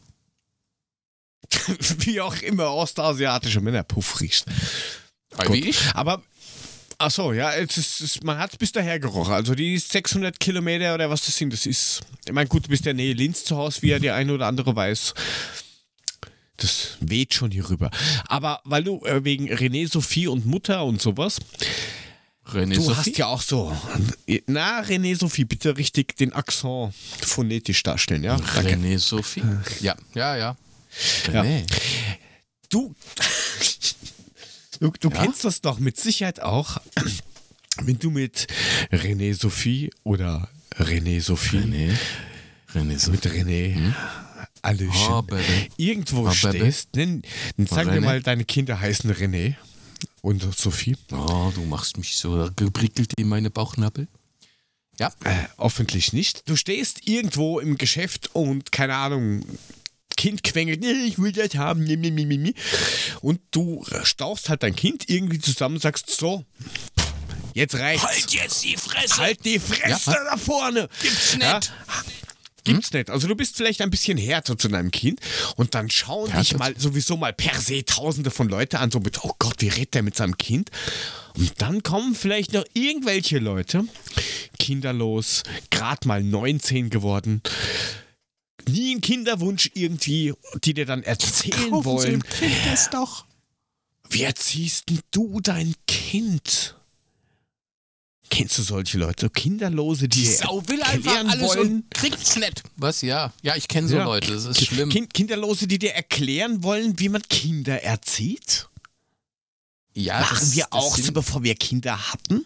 Wie auch immer ostasiatische Männerpuff riecht. Weil wie ich? Aber, ach so, ja, es ist, es, man hat es bis daher gerochen. Also die ist sechshundert Kilometer oder was das sind, das ist, ich meine, gut, du bist in der Nähe Linz zu Hause, wie ja die eine oder andere weiß. Das weht schon hier rüber. Aber weil du äh, wegen René Sophie und Mutter und sowas, René Du Sophie? hast ja auch so. Na, René Sophie, bitte richtig den Akzent phonetisch darstellen, ja? Danke. René Sophie. Ja, ja, ja. Ja. René. Du, du, du Ja? kennst das doch mit Sicherheit auch, wenn du mit René Sophie oder René Sophie, René. René Sophie. mit René, Hm? Hallöchen, Oh, Baby. irgendwo Oh, Baby. stehst, nenn, dann sagen wir René. mal, deine Kinder heißen René und Sophie. Oh, du machst mich so geprickelt in meine Bauchnabel. Ja. Äh, hoffentlich nicht. Du stehst irgendwo im Geschäft und, keine Ahnung, Kind quengelt, "Nee, ich will das haben, mi, mi, mi, mi, mi." Und du stauchst halt dein Kind irgendwie zusammen und sagst, so, jetzt reicht's. Halt jetzt die Fresse! Halt die Fresse Ja. da vorne! Gibt's nicht! Ja? Gibt's nicht. Also du bist vielleicht ein bisschen härter zu deinem Kind und dann schauen dich Härter mal sowieso mal per se tausende von Leute an, so mit, oh Gott, wie redet der mit seinem Kind? Und dann kommen vielleicht noch irgendwelche Leute, kinderlos, gerade mal neunzehn geworden, nie einen Kinderwunsch irgendwie, die dir dann erzählen Kaufen Sie wollen, dem Kind das doch. wie erziehst denn du dein Kind? Kennst du solche Leute, kinderlose, die Die Sau will einfach erklären alles wollen, und kriegt's nicht. Was, ja. Ja, ich kenne so Ja. Leute, das ist schlimm. Kind, Kinderlose, die dir erklären wollen, wie man Kinder erzieht? ja, Waren das, wir das auch so, sind, bevor wir Kinder hatten?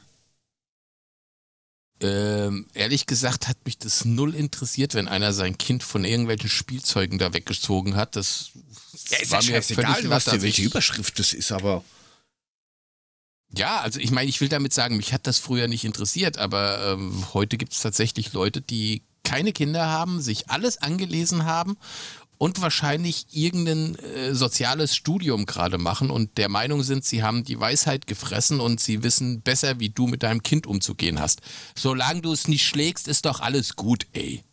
ähm, ehrlich gesagt hat mich das null interessiert, wenn einer sein Kind von irgendwelchen Spielzeugen da weggezogen hat. Das war mir völlig was latte. dir, Also welche ich- Überschrift das ist, aber... Ja, also ich meine, ich will damit sagen, mich hat das früher nicht interessiert, aber ähm, heute gibt es tatsächlich Leute, die keine Kinder haben, sich alles angelesen haben und wahrscheinlich irgendein äh, soziales Studium gerade machen und der Meinung sind, sie haben die Weisheit gefressen und sie wissen besser, wie du mit deinem Kind umzugehen hast. Solange du es nicht schlägst, ist doch alles gut, ey.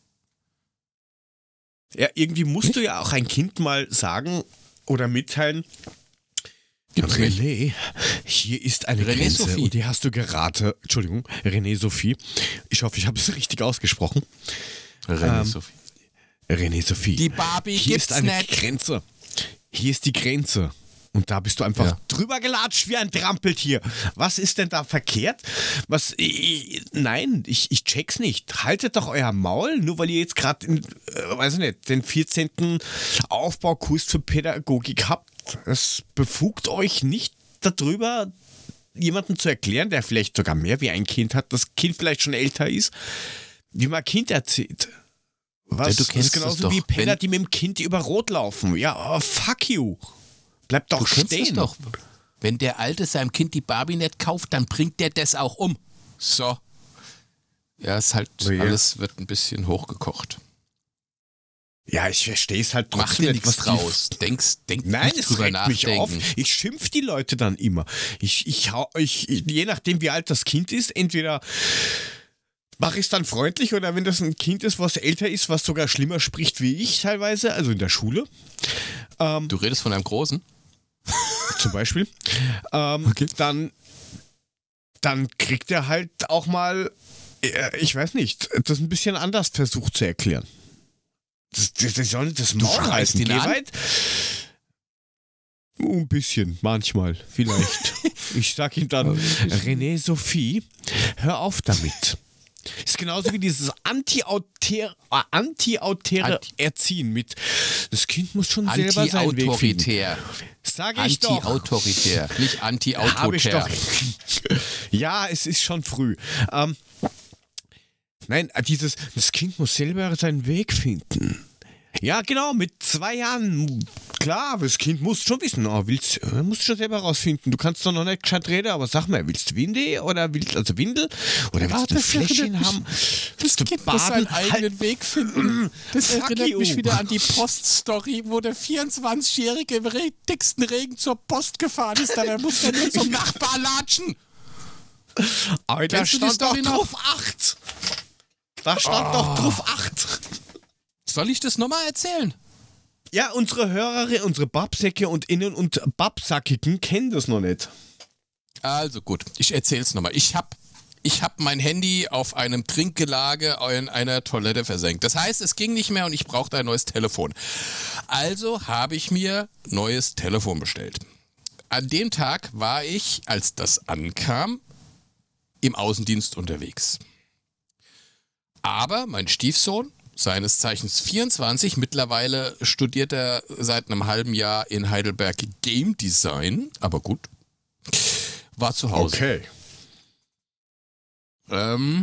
Ja, irgendwie musst du ja auch ein Kind mal sagen oder mitteilen, Gibt's nicht. René, hier ist eine René Grenze Sophie. und die hast du geraten. Entschuldigung, René Sophie. Ich hoffe, ich habe es richtig ausgesprochen. René Ähm, Sophie. René Sophie. Die Barbie Hier gibt's ist eine nicht. Grenze. Hier ist die Grenze. Und da bist du einfach Ja. drüber gelatscht wie ein Trampeltier. Was ist denn da verkehrt? Was? Ich, nein, ich, ich check's nicht. Haltet doch euer Maul, nur weil ihr jetzt gerade, äh, weiß ich nicht, den vierzehnten Aufbaukurs für Pädagogik habt. Es befugt euch nicht darüber, jemanden zu erklären, der vielleicht sogar mehr wie ein Kind hat, das Kind vielleicht schon älter ist, wie man Kind erzählt. Was? Ja, du das kennst ist genauso es doch, wie Penner, wenn- die mit dem Kind über Rot laufen. Ja, oh, fuck you. Bleib doch Du kennst es stehen. doch. Wenn der Alte seinem Kind die Barbie nicht kauft, dann bringt der das auch um. So. Ja, ist halt, Oh ja. alles wird ein bisschen hochgekocht. Ja, ich verstehe es halt Mach trotzdem dir nicht, nichts was die- draus. Denkst, denk Nein, nicht es drüber regt mich auf. nachdenken. Ich schimpf die Leute dann immer. Ich, ich, hau- ich, je nachdem, wie alt das Kind ist, entweder mache ich es dann freundlich oder wenn das ein Kind ist, was älter ist, was sogar schlimmer spricht wie ich teilweise, also in der Schule Du redest von einem Großen? zum Beispiel, ähm, Okay. dann, dann kriegt er halt auch mal, äh, ich weiß nicht, das ein bisschen anders versucht zu erklären. Das, das, das soll nicht das Maul schreist halten. ihn Geh an? weit. Ein bisschen, manchmal, vielleicht. Ich sag ihm dann, René Sophie, hör auf damit. Ist genauso wie dieses anti-autäre anti Anti- Erziehen mit, das Kind muss schon selber seinen Weg finden. Anti-autoritär. Sag ich doch. Anti-autoritär, nicht Habe ich doch. anti-autoritär. Ja, es ist schon früh. Ähm, nein, dieses, das Kind muss selber seinen Weg finden. Ja, genau, mit zwei Jahren, klar, das Kind muss schon wissen, oh, willst, äh, musst schon selber rausfinden. Du kannst doch noch nicht gescheit reden, aber sag mal, willst du Windel oder willst also Windel oder willst Ah, du ein das Fläschchen erinnert mich- haben? Das Willst du Kind muss seinen eigenen Halt- Weg finden. Das Fuck erinnert you. mich wieder an die Poststory, wo der vierundzwanzigjährige im re- dicksten Regen zur Post gefahren ist. Da muss er nur zum Nachbar latschen. Aber da Kennst du die stand doch Story noch? drauf acht. Da stand doch drauf acht. Soll ich das nochmal erzählen? Ja, unsere Hörer, unsere Babsäcke und Innen- und Babsackigen kennen das noch nicht. Also gut, ich erzähl's nochmal. Ich hab, ich hab mein Handy auf einem Trinkgelage in einer Toilette versenkt. Das heißt, es ging nicht mehr und ich brauchte ein neues Telefon. Also habe ich mir neues Telefon bestellt. An dem Tag war ich, als das ankam, im Außendienst unterwegs. Aber mein Stiefsohn, seines Zeichens vierundzwanzig, mittlerweile studiert er seit einem halben Jahr in Heidelberg Game Design, aber gut, war zu Hause. Okay. Ähm,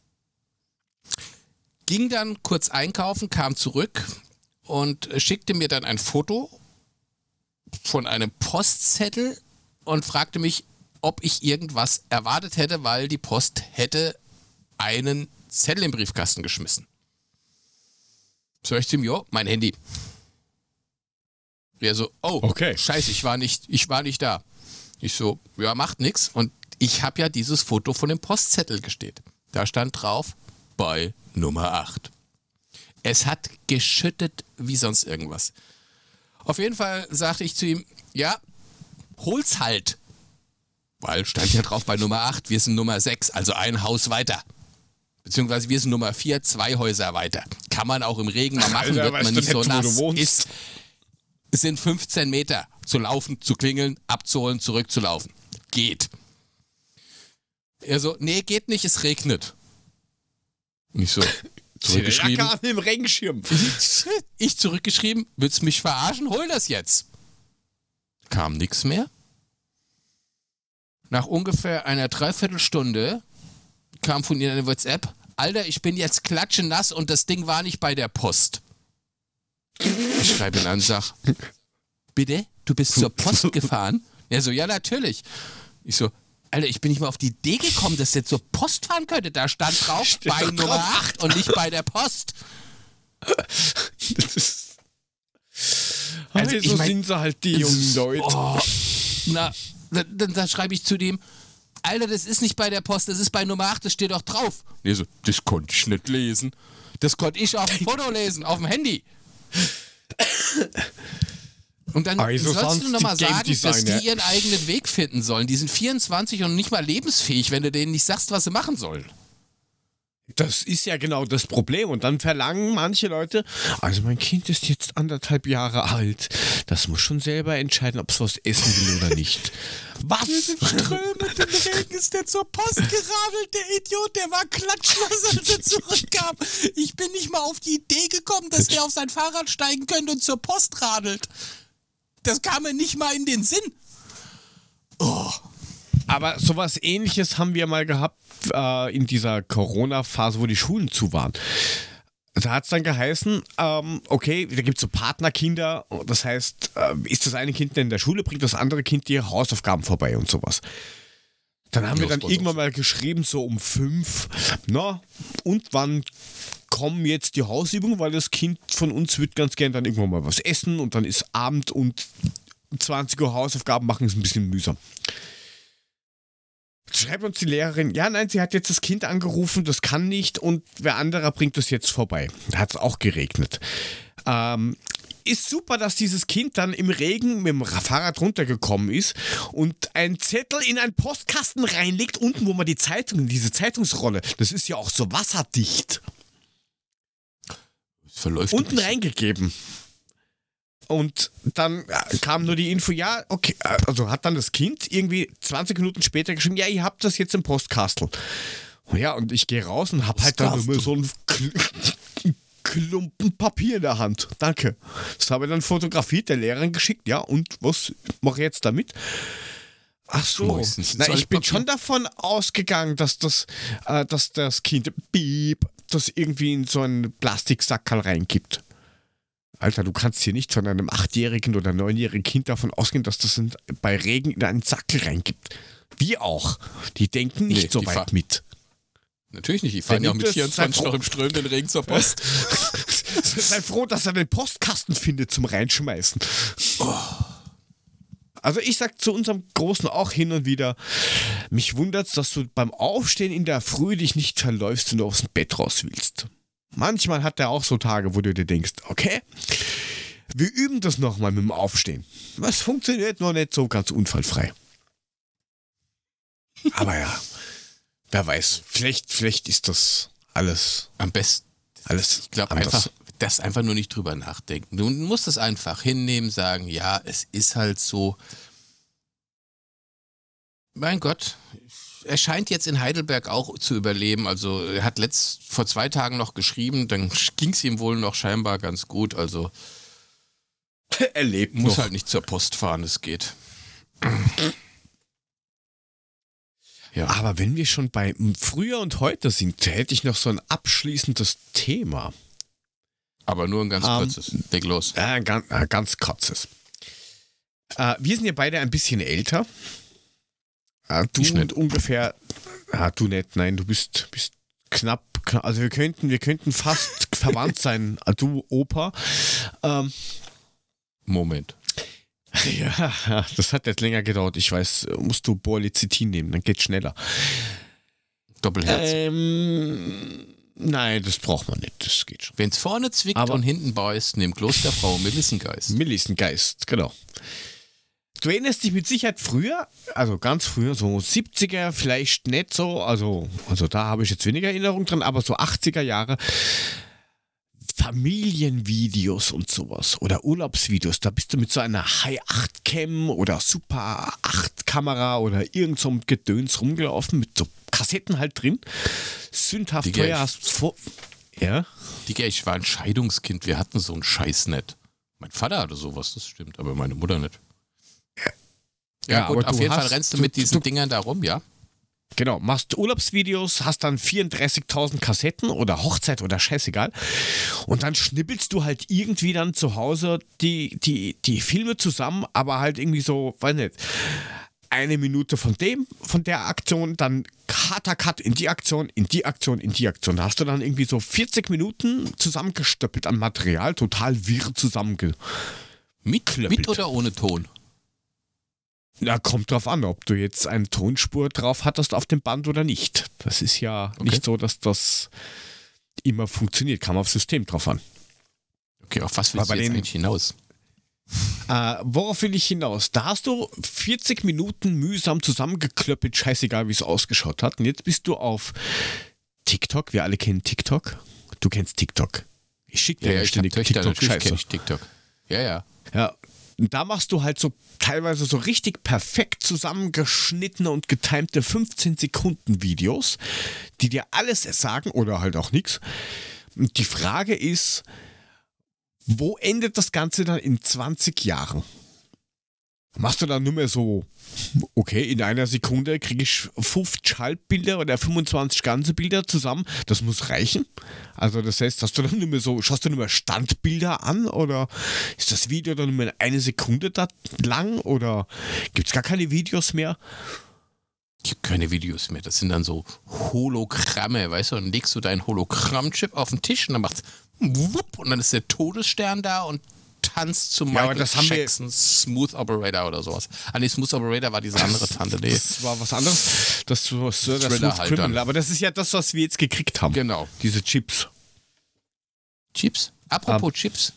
ging dann kurz einkaufen, kam zurück und schickte mir dann ein Foto von einem Postzettel und fragte mich, ob ich irgendwas erwartet hätte, weil die Post hätte einen Zettel im Briefkasten geschmissen. Sag ich zu ihm, jo, mein Handy. Er so, oh, Okay. scheiße, ich war nicht, ich war nicht da. Ich so, ja, macht nix. Und ich habe ja dieses Foto von dem Postzettel gesteht. Da stand drauf, bei Nummer acht. Es hat geschüttet wie sonst irgendwas. Auf jeden Fall sagte ich zu ihm, ja, hol's halt. Weil stand ja drauf bei Nummer acht, wir sind Nummer sechs, also ein Haus weiter. Beziehungsweise wir sind Nummer vier, zwei Häuser weiter. Kann man auch im Regen mal machen, Alter, wird weißt man du nicht so nicht, wo du nass. wohnst? Ist, es sind fünfzehn Meter zu laufen, zu klingeln, abzuholen, zurückzulaufen. Geht. Er so, nee, geht nicht, es regnet. Und ich so, zurückgeschrieben. Jacke an dem Regenschirm. Ich zurückgeschrieben, willst du mich verarschen? Hol das jetzt. Kam nichts mehr. Nach ungefähr einer Dreiviertelstunde kam von ihr eine WhatsApp. Alter, ich bin jetzt klatschenass und das Ding war nicht bei der Post. Ich schreibe ihn an und sag, bitte? Du bist zur Post gefahren? Er so, ja, natürlich. Ich so, Alter, ich bin nicht mal auf die Idee gekommen, dass der zur Post fahren könnte. Da stand drauf, Steht bei doch Nummer drauf. acht und nicht bei der Post. Das ist, Also, also, ich so mein, sind sie halt, die Es jungen ist- Leute. Oh, na, dann, dann, dann schreibe ich zu dem, Alter, das ist nicht bei der Post, das ist bei Nummer acht, das steht doch drauf. Nee, so, das konnte ich nicht lesen. Das konnte ich auf dem Foto lesen, auf dem Handy. Und dann Also sollst sonst du nochmal die Game sagen, dass Designer. die ihren eigenen Weg finden sollen. Die sind vierundzwanzig und nicht mal lebensfähig, wenn du denen nicht sagst, was sie machen sollen. Das ist ja genau das Problem. Und dann verlangen manche Leute, also mein Kind ist jetzt anderthalb Jahre alt. Das muss schon selber entscheiden, ob es was essen will oder nicht. Was? Strömend im Regen ist der zur Post geradelt, der Idiot, der war klatschnass, als er zurückkam. Ich bin nicht mal auf die Idee gekommen, dass der auf sein Fahrrad steigen könnte und zur Post radelt. Das kam mir nicht mal in den Sinn. Oh. Aber sowas Ähnliches haben wir mal gehabt äh, in dieser Corona-Phase, wo die Schulen zu waren. Da hat es dann geheißen, ähm, okay, da gibt es so Partnerkinder. Das heißt, äh, ist das eine Kind in der Schule, bringt das andere Kind die Hausaufgaben vorbei und sowas. Dann haben Ja, wir dann das war irgendwann so. mal geschrieben, so um fünf. Na, und wann kommen jetzt die Hausübungen? Weil das Kind von uns wird ganz gern dann irgendwann mal was essen und dann ist Abend und zwanzig Uhr Hausaufgaben machen ist ein bisschen mühsam. Schreibt uns die Lehrerin, ja, nein, sie hat jetzt das Kind angerufen, das kann nicht und wer anderer bringt das jetzt vorbei. Da hat es auch geregnet. Ähm, ist super, dass dieses Kind dann im Regen mit dem Fahrrad runtergekommen ist und einen Zettel in einen Postkasten reinlegt, unten, wo man die Zeitung, diese Zeitungsrolle, das ist ja auch so wasserdicht, Das verläuft unten nicht. reingegeben. Und dann äh, kam nur die Info, ja, okay, äh, also hat dann das Kind irgendwie zwanzig Minuten später geschrieben, ja, ihr habt das jetzt im Postkastel. Ja, und ich gehe raus und hab halt dann Postkastel. immer so einen Kl- Klumpen Papier in der Hand. Danke. Das habe ich dann fotografiert, der Lehrerin geschickt, ja, und was mache ich jetzt damit? Ach so, Schmeißen. na, ich bin Zollpapier. schon davon ausgegangen, dass das, äh, dass das Kind Piep, das irgendwie in so einen Plastiksackerl reingibt. Alter, du kannst hier nicht von einem achtjährigen oder neunjährigen Kind davon ausgehen, dass das in, bei Regen in einen Sackel reingibt. Wir auch. Die denken nicht Nee, so die weit fahr- mit. Natürlich nicht, die fahren Der ja auch nimmt mit das vierundzwanzig sein noch im strömenden Regen zur Post. Sei froh, dass er den Postkasten findet zum Reinschmeißen. Also ich sag zu unserem Großen auch hin und wieder, mich wundert's, dass du beim Aufstehen in der Früh dich nicht verläufst und du aus dem Bett raus willst. Manchmal hat er auch so Tage, wo du dir denkst, okay, wir üben das nochmal mit dem Aufstehen. Das funktioniert noch nicht so ganz unfallfrei. Aber ja, wer weiß, vielleicht, vielleicht ist das alles, Am besten, alles ich glaube anders. einfach, das einfach nur nicht drüber nachdenken. Du musst es einfach hinnehmen, sagen, ja, es ist halt so. Mein Gott, er scheint jetzt in Heidelberg auch zu überleben. Also er hat letzt, vor zwei Tagen noch geschrieben, dann ging es ihm wohl noch scheinbar ganz gut. Also er lebt muss noch. halt nicht zur Post fahren, es geht. Ja. Aber wenn wir schon bei früher und heute sind, hätte ich noch so ein abschließendes Thema. Aber nur ein ganz um, kurzes. Leg los. Äh, ganz, äh, ganz kurzes. Äh, wir sind ja beide ein bisschen älter. Äh, du Ich und nicht. ungefähr. Ah, du nicht, nein, du bist, bist knapp, knapp. Also wir könnten, wir könnten fast verwandt sein. Äh, du, Opa. Ähm, Moment. ja, das hat jetzt länger gedauert. Ich weiß, musst du Borlecitin nehmen, dann geht's schneller. Doppelherz. Ähm, nein, das braucht man nicht. Das geht schon. Wenn's vorne zwickt Aber- und hinten beißt, nimm Klosterfrau Melissengeist. Melissengeist, genau. Du erinnerst dich mit Sicherheit früher, also ganz früher, so siebziger, vielleicht nicht so, also, also da habe ich jetzt weniger Erinnerung dran, aber so achtziger Jahre, Familienvideos und sowas oder Urlaubsvideos, da bist du mit so einer High acht Cam oder Super acht Kamera oder irgend so einem Gedöns rumgelaufen, mit so Kassetten halt drin, sündhaft Digga, teuer, ich- hast vor... Ja? Digga, ich war ein Scheidungskind, wir hatten so einen Scheiß nicht. Mein Vater hatte sowas, das stimmt, aber meine Mutter nicht. Ja, Ja, gut, aber auf du jeden Fall hast- rennst du du- mit diesen du- Dingern da rum, ja? Genau, machst Urlaubsvideos, hast dann vierunddreißigtausend Kassetten oder Hochzeit oder scheißegal. Und dann schnippelst du halt irgendwie dann zu Hause die, die, die Filme zusammen, aber halt irgendwie so, weiß nicht, eine Minute von dem, von der Aktion, dann harter Cut in die Aktion, in die Aktion, in die Aktion. Da hast du dann irgendwie so vierzig Minuten zusammengestöppelt an Material, total wirr zusammenge... Mit, Klöppelt. mit oder ohne Ton? Ja, kommt drauf an, ob du jetzt eine Tonspur drauf hattest auf dem Band oder nicht. Das ist ja Okay. nicht so, dass das immer funktioniert. Kam aufs System drauf an. Okay, auf was willst Aber du jetzt den- eigentlich hinaus? Äh, worauf will ich hinaus? Da hast du vierzig Minuten mühsam zusammengeklöppelt, scheißegal, wie es ausgeschaut hat. Und jetzt bist du auf TikTok. Wir alle kennen TikTok. Du kennst TikTok. Ich schicke Ja, dir ja, ja, ich hab ständig Töchter, natürlich kenne TikTok-Scheiße. ich TikTok. Ja, ja. Ja, und da machst du halt so teilweise so richtig perfekt zusammengeschnittene und getimte fünfzehn Sekunden Videos, die dir alles sagen oder halt auch nichts. Und die Frage ist, wo endet das Ganze dann in zwanzig Jahren? Machst du dann nur mehr so, okay, in einer Sekunde kriege ich fünfzig Halbbilder oder fünfundzwanzig ganze Bilder zusammen, das muss reichen? Also das heißt, hast du dann nur mehr so, schaust du nur mehr Standbilder an oder ist das Video dann nur mehr eine Sekunde da lang oder gibt es gar keine Videos mehr? Ich habe keine Videos mehr. Das sind dann so Hologramme, weißt du? Dann legst du deinen Hologrammchip auf den Tisch und dann macht's wupp und dann ist der Todesstern da und tanzt zu Ja, aber Michael das haben wir- Jackson Smooth Operator oder sowas. Ah, nee, Smooth Operator war diese andere Tante. Nee. Das war was anderes. Das war das Thriller Smooth halt Criminal. dann. Aber das ist ja das, was wir jetzt gekriegt haben. Genau. Diese Chips. Chips? Apropos Um. Chips.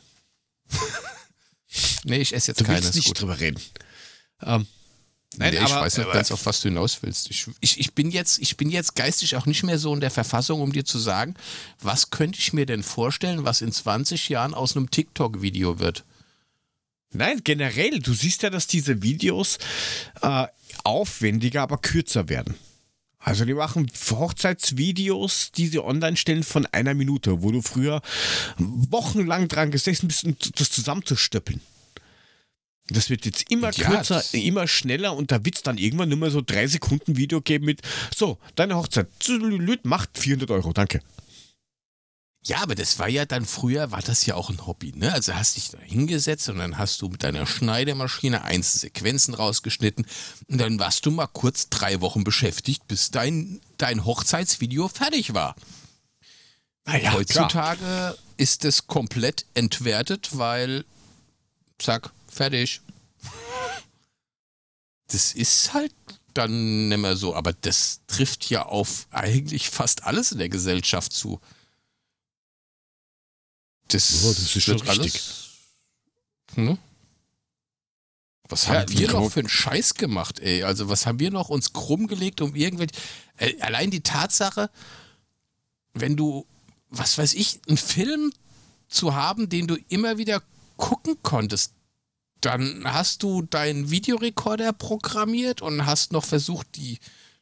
Nee, ich esse jetzt Du keine. willst ist nicht gut. drüber reden. Ähm, nein, Nee, ich aber, weiß nicht aber- ganz, auf was du hinaus willst. Ich, ich, ich, bin jetzt, ich bin jetzt geistig auch nicht mehr so in der Verfassung, um dir zu sagen, was könnte ich mir denn vorstellen, was in zwanzig Jahren aus einem TikTok-Video wird. Nein, generell, du siehst ja, dass diese Videos äh, aufwendiger, aber kürzer werden. Also die machen Hochzeitsvideos, die sie online stellen von einer Minute, wo du früher wochenlang dran gesessen bist, um das zusammenzustöppeln. Das wird jetzt immer Ja, kürzer, das- immer schneller und da wird es dann irgendwann nur mehr so drei Sekunden Video geben mit so, deine Hochzeit macht vierhundert Euro, danke. Ja, aber das war ja dann früher, war das ja auch ein Hobby, ne? Also hast dich da hingesetzt und dann hast du mit deiner Schneidemaschine einzelne Sequenzen rausgeschnitten und dann warst du mal kurz drei Wochen beschäftigt, bis dein, dein Hochzeitsvideo fertig war. Naja, Heutzutage ist es komplett entwertet, weil, zack, fertig. Das ist halt dann nicht mehr so, aber das trifft ja auf eigentlich fast alles in der Gesellschaft zu. Das, Ja, das ist schon wird richtig. alles. Hm? Was Ja, haben wir die noch Gro- für einen Scheiß gemacht, ey? Also, was haben wir noch uns krumm gelegt, um irgendwelche. Äh, allein die Tatsache, wenn du, was weiß ich, einen Film zu haben, den du immer wieder gucken konntest, dann hast du deinen Videorekorder programmiert und hast noch versucht, die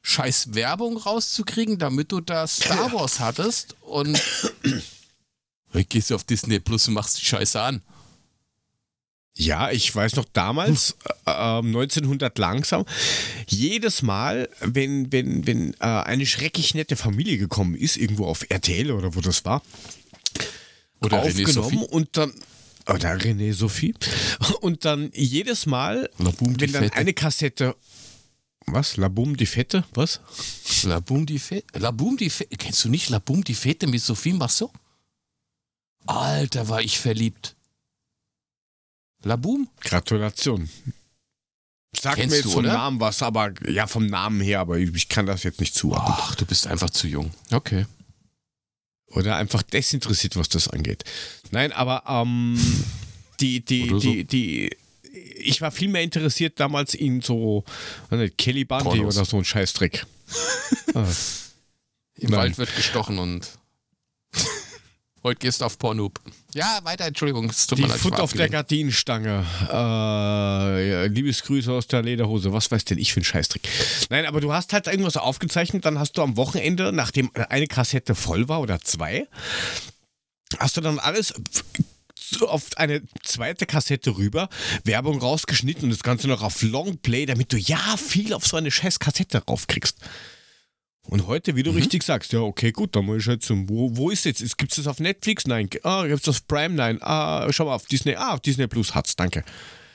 scheiß Werbung rauszukriegen, damit du da Star Wars hattest und dann gehst du auf Disney Plus und machst die Scheiße an. Ja, ich weiß noch damals, äh, neunzehnhundert langsam, jedes Mal, wenn, wenn, wenn äh, eine schrecklich nette Familie gekommen ist, irgendwo auf R T L oder wo das war, Oder René aufgenommen Sophie. und dann, oder René Sophie, und dann jedes Mal, La Boum, die wenn dann Fette. eine Kassette, was, La Boum, die Fette, was? La Boum, die Fette. La Boum, die Fette. Kennst du nicht La Boum, die Fette mit Sophie Marceau? Alter, war ich verliebt. La Boum? Gratulation. Sag Kennst mir jetzt du, vom oder? Namen was, aber ja, vom Namen her, aber ich, ich kann das jetzt nicht zuordnen. Ach, du bist einfach zu jung. Okay. Oder einfach desinteressiert, was das angeht. Nein, aber ähm, die, die, Oder so. die, die, ich war viel mehr interessiert damals in so weiß nicht, Kelly Bundy Pornos. oder so ein Scheißdreck. ah. Im Nein. Wald wird gestochen und heute gehst du auf Pornhub. Ja, weiter, Entschuldigung. Es tut Die mir leid, ich Foot war auf der abgelenkt. Gardinenstange. Äh, ja, Liebesgrüße aus der Lederhose. Was weiß denn ich für ein Scheißdreck. Nein, aber du hast halt irgendwas aufgezeichnet, dann hast du am Wochenende, nachdem eine Kassette voll war oder zwei, hast du dann alles so auf eine zweite Kassette rüber, Werbung rausgeschnitten und das Ganze noch auf Longplay, damit du ja viel auf so eine scheiß Kassette raufkriegst. Und heute, wie du Mhm. richtig sagst, ja, okay, gut, dann muss ich jetzt zum, wo, wo ist jetzt? Gibt es das auf Netflix? Nein. Ah, gibt es das auf Prime? Nein. Ah, schau mal, auf Disney. Ah, auf Disney Plus hat's, danke.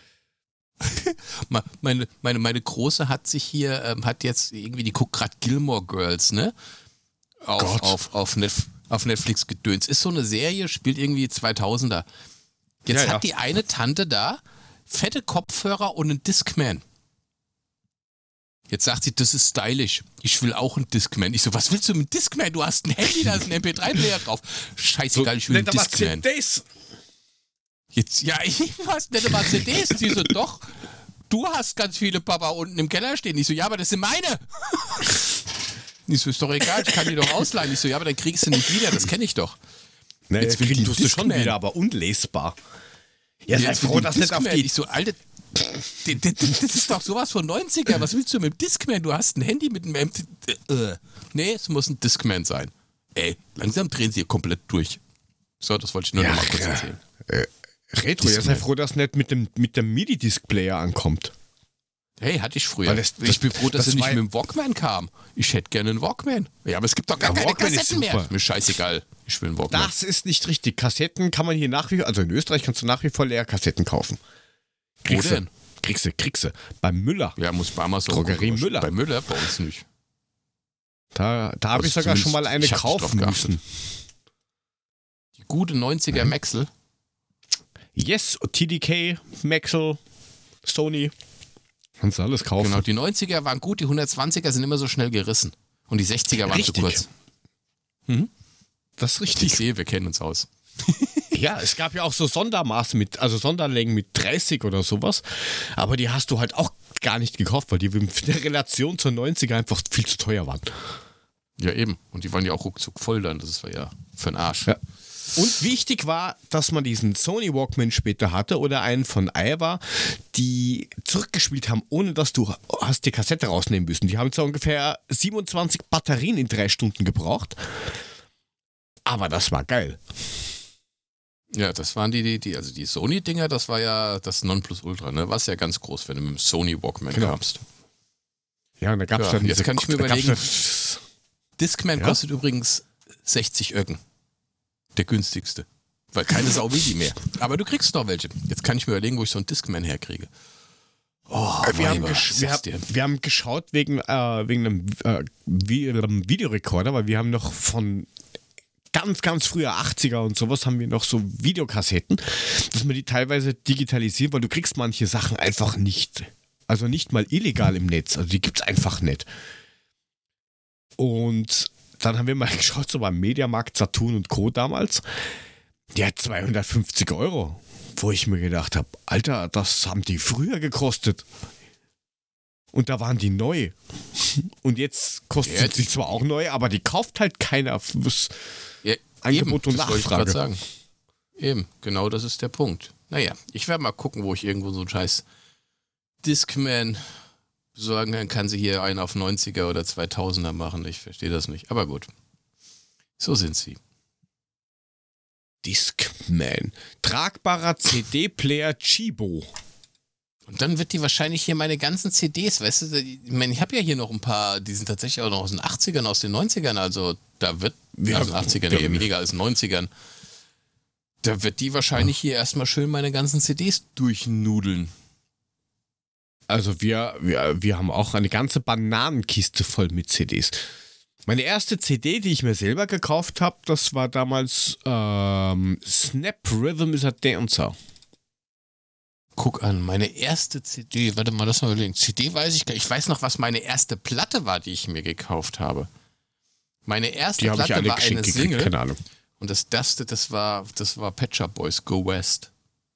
Ma- Meine, meine, meine Große hat sich hier, ähm, hat jetzt irgendwie, die guckt gerade Gilmore Girls, ne? Auf, Gott. auf, auf, Netf- auf Netflix gedöns. Ist so eine Serie, spielt irgendwie zweitausender. Jetzt Ja, ja. hat die eine Tante da fette Kopfhörer und einen Discman. Jetzt sagt sie, das ist stylisch. Ich will auch einen Discman. Ich so, was willst du mit einem Discman? Du hast ein Handy, da ist ein M P drei Player drauf. Scheißegal, ich will einen Nennt aber Discman. C Ds. Jetzt, ja, ich weiß nicht mal C Ds. Sie so, doch, du hast ganz viele, Papa, unten im Keller stehen. Ich so, ja, aber das sind meine. Ich so, ist doch egal, ich kann die doch ausleihen. Ich so, ja, aber dann kriegst du nicht wieder, das kenne ich doch. Nee, Jetzt jetzt will die kriegen tust du schon Discman. wieder, aber unlesbar. Ja, sei Jetzt will froh, die dass nicht auf Discman. die... Ich so, Alter, d- d- d- das ist doch sowas von neunziger. Was willst du mit dem Discman? Du hast ein Handy mit einem M T... Äh. Nee, es muss ein Discman sein. Ey, langsam drehen sie hier komplett durch. So, das wollte ich nur Ja, noch mal kurz ja. erzählen. Retro, ja, sei Discman. froh, dass nicht mit dem, mit dem MIDI-Disc-Player ankommt. Hey, hatte ich früher. Weil das- das- ich bin froh, dass das er nicht war- mit dem Walkman kam. Ich hätte gerne einen Walkman. Ja, aber es gibt doch gar Ja, keine Walkman ist Kassetten mehr. super. Ist mir scheißegal. Ich will einen Walkman. Das ist nicht richtig. Kassetten kann man hier nach wie vor, also in Österreich kannst du nach wie vor Leerkassetten kaufen. Wo Kriegst denn? du, kriegst du, kriegst du. Beim Müller. Ja, muss bei Amazon. Drogerie gucken. Müller. Bei Müller, bei uns nicht. Da, da habe Also ich sogar schon mal eine zumindest- ich hab nicht kaufen drauf müssen. Die gute neunziger Mhm. Maxel. Yes, T D K, Maxell, Sony. Kannst du alles kaufen. Genau, die neunziger waren gut, die hundertzwanziger sind immer so schnell gerissen. Und die sechziger waren Richtig. zu kurz. Mhm. Das ist Ich richtig. sehe, wir kennen uns aus. Ja, es gab ja auch so Sondermaße mit, also Sonderlängen mit dreißig oder sowas. Aber die hast du halt auch gar nicht gekauft, weil die in der Relation zur neunziger einfach viel zu teuer waren. Ja, eben. Und die waren ja auch ruckzuck voll dann. Das war ja für den Arsch. Ja. Und wichtig war, dass man diesen Sony Walkman später hatte oder einen von Iowa, die zurückgespielt haben, ohne dass du hast die Kassette rausnehmen müssen. Die haben zwar ungefähr siebenundzwanzig Batterien in drei Stunden gebraucht, aber das war geil. Ja, das waren die, die, die also die Sony-Dinger, das war ja das Nonplusultra, ne? War's ja ganz groß, wenn du mit dem Sony Walkman Genau. kamst. Ja, und da gab es Ja, dann jetzt diese- kann ich mir da gab's überlegen- dann- Discman Ja? kostet übrigens sechzig Öcken. Der günstigste. Weil keine Sau will die mehr. Aber du kriegst noch welche. Jetzt kann ich mir überlegen, wo ich so einen Discman herkriege. Oh, Äh, wir, haben Weiber, gesch- wir, sag's dir. haben, wir haben geschaut wegen, äh, wegen einem, äh, Vi- einem Videorekorder, weil wir haben noch von ganz, ganz früher achtziger und sowas haben wir noch so Videokassetten, dass man die teilweise digitalisiert, weil du kriegst manche Sachen einfach nicht. Also nicht mal illegal im Netz. Also die gibt's einfach nicht. Und dann haben wir mal geschaut, so beim Mediamarkt, Saturn und Co. damals. Der hat zweihundertfünfzig Euro. Wo ich mir gedacht habe, Alter, das haben die früher gekostet. Und da waren die neu. Und jetzt kostet Ja, sie zwar auch neu, aber die kauft halt keiner. Was Ja, Angebot eben, und das wollte ich Nachfrage. grad sagen. Eben, genau das ist der Punkt. Naja, ich werde mal gucken, wo ich irgendwo so einen scheiß Discman besorgen, dann kann sie hier einen auf neunziger oder zweitausender machen. Ich verstehe das nicht. Aber gut. So sind sie. Discman. Tragbarer C D-Player Chibo. Und dann wird die wahrscheinlich hier meine ganzen C Ds, weißt du, ich meine, ich habe ja hier noch ein paar, die sind tatsächlich auch noch aus den achtzigern, aus den neunzigern, also da wird, Ja, aus den achtzigern, ja, eher weniger als neunzigern, da wird die wahrscheinlich hier erstmal schön meine ganzen C Ds durchnudeln. Also wir, wir, wir haben auch eine ganze Bananenkiste voll mit C Ds. Meine erste C D, die ich mir selber gekauft habe, das war damals ähm, Snap Rhythm is a Dancer. Guck an, meine erste C D, warte mal, lass mal überlegen. C D weiß ich gar nicht. Ich weiß noch, was meine erste Platte war, die ich mir gekauft habe. Meine erste Die habe ich Platte alle war geschenkt eine gekriegt, Single. keine Ahnung. Und das erste, das war, das war Pet Shop Boys, Go West.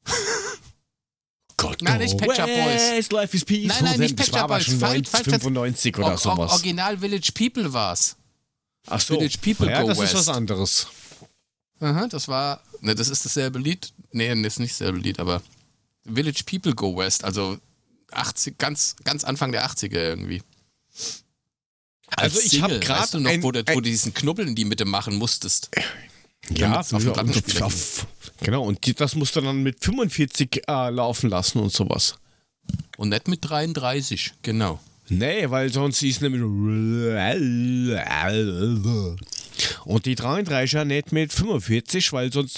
Gott, Nein, nicht Pet Shop Boys. Life is peaceful. Nein, nein, nicht das Pet war Shop aber Boys. schon Falsch, falsch, neunzehnhundertfünfundneunzig oder Or- or- sowas. Original Village People war's. Ach so. Village People ja, Go das West. ist was anderes. Aha, das war, ne, das ist dasselbe Lied. Nee, das ist nicht dasselbe Lied, aber Village People Go West, also achtzig, ganz, ganz Anfang der achtziger irgendwie. Als Also ich habe Single, gerade weißt du noch, ein- wo, du- wo ein- du diesen Knubbel in die Mitte machen musstest. Ja, Damit's auf den ja, Plattenspieler auf, genau. Und die, das musst du dann mit fünfundvierzig äh, laufen lassen und sowas. Und nicht mit dreiunddreißig, genau. Nee, weil sonst ist nämlich. Und die dreiunddreißiger nicht mit fünfundvierzig, weil sonst.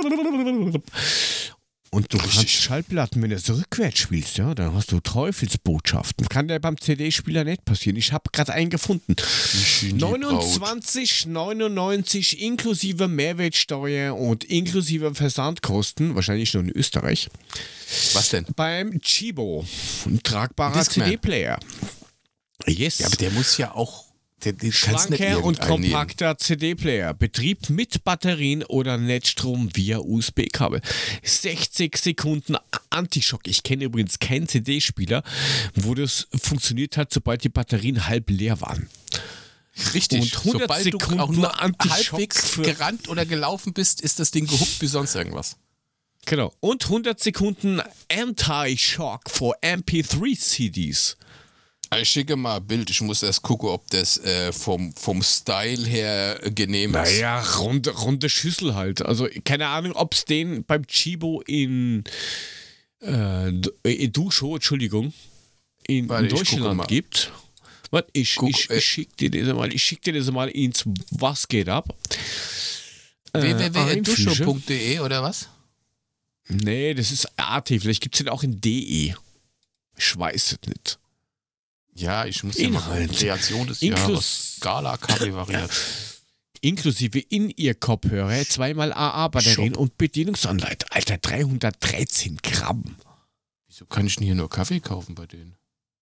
Und du kannst Schallplatten, wenn du es rückwärts spielst, ja, dann hast du Teufelsbotschaften. Kann der beim C D-Spieler nicht passieren. Ich habe gerade einen gefunden. neunundzwanzig neunundneunzig inklusive Mehrwertsteuer und inklusive Versandkosten, wahrscheinlich nur in Österreich. Was denn? Beim Chibo, ein tragbarer Discman. C D-Player. Yes. Ja, aber der muss ja auch. Der, den kannst du nicht Schlanker und irgendeinen nehmen. kompakter C D-Player. Betrieb mit Batterien oder Netzstrom via U S B-Kabel. sechzig Sekunden Antischock. Ich kenne übrigens keinen C D-Spieler, wo das funktioniert hat, sobald die Batterien halb leer waren. Richtig. Und hundert Sobald Sekunden du auch nur Antischock halbwegs für- gerannt oder gelaufen bist, ist das Ding gehuckt wie sonst irgendwas. Genau. Und hundert Sekunden Anti-Shock für M P drei C Ds. Ich schicke mal ein Bild. Ich muss erst gucken, ob das äh, vom, vom Style her äh, genehm ist. Naja, runde, runde Schüssel halt. Also keine Ahnung, ob es den beim Chibo in, äh, in Duscho, Entschuldigung, in, Warte, in ich gucke Deutschland mal. gibt. Warte, ich, Guck, ich, äh, ich schicke dir das mal, ich schick dir das mal ins Was geht ab? Äh, w w w punkt Einfüge. duscho punkt de oder was? Nee, das ist A T, vielleicht gibt es den auch in D E. Ich weiß es nicht. Ja, ich muss ja mal Inhalt. Kreation des Inklus- Jahres. Scala K W variiert. Inklusive In-Ear-Kopfhörer, zweimal A A-Batterien Shop. und Bedienungsanleitung. Alter, dreihundertdreizehn Gramm. Wieso kann ich denn hier nur Kaffee kaufen bei denen?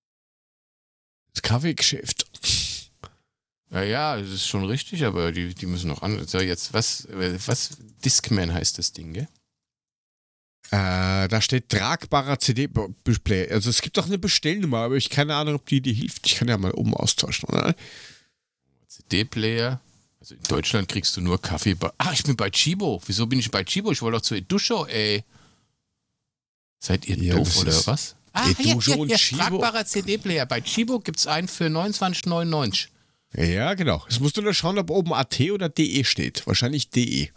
Das Kaffeegeschäft. Ja, ja, das ist schon richtig, aber die, die müssen noch an. So, jetzt, was, was, Discman heißt das Ding, gell? Äh, da steht tragbarer C D-Player. Also es gibt auch eine Bestellnummer, aber ich keine Ahnung, ob die dir hilft. Ich kann ja mal oben austauschen, oder? C D-Player. Also in Deutschland kriegst du nur Kaffee bei. Ach, ich bin bei Chibo. Wieso bin ich bei Chibo? Ich wollte doch zu Edusho, ey. Seid ihr Ja, doof das oder ist was? Ah, Edusho und Chibo. Tragbarer C D-Player. Bei Chibo gibt es einen für neunundzwanzig neunundneunzig. Ja, genau. Jetzt musst du nur schauen, ob oben A T oder D E steht. Wahrscheinlich D E.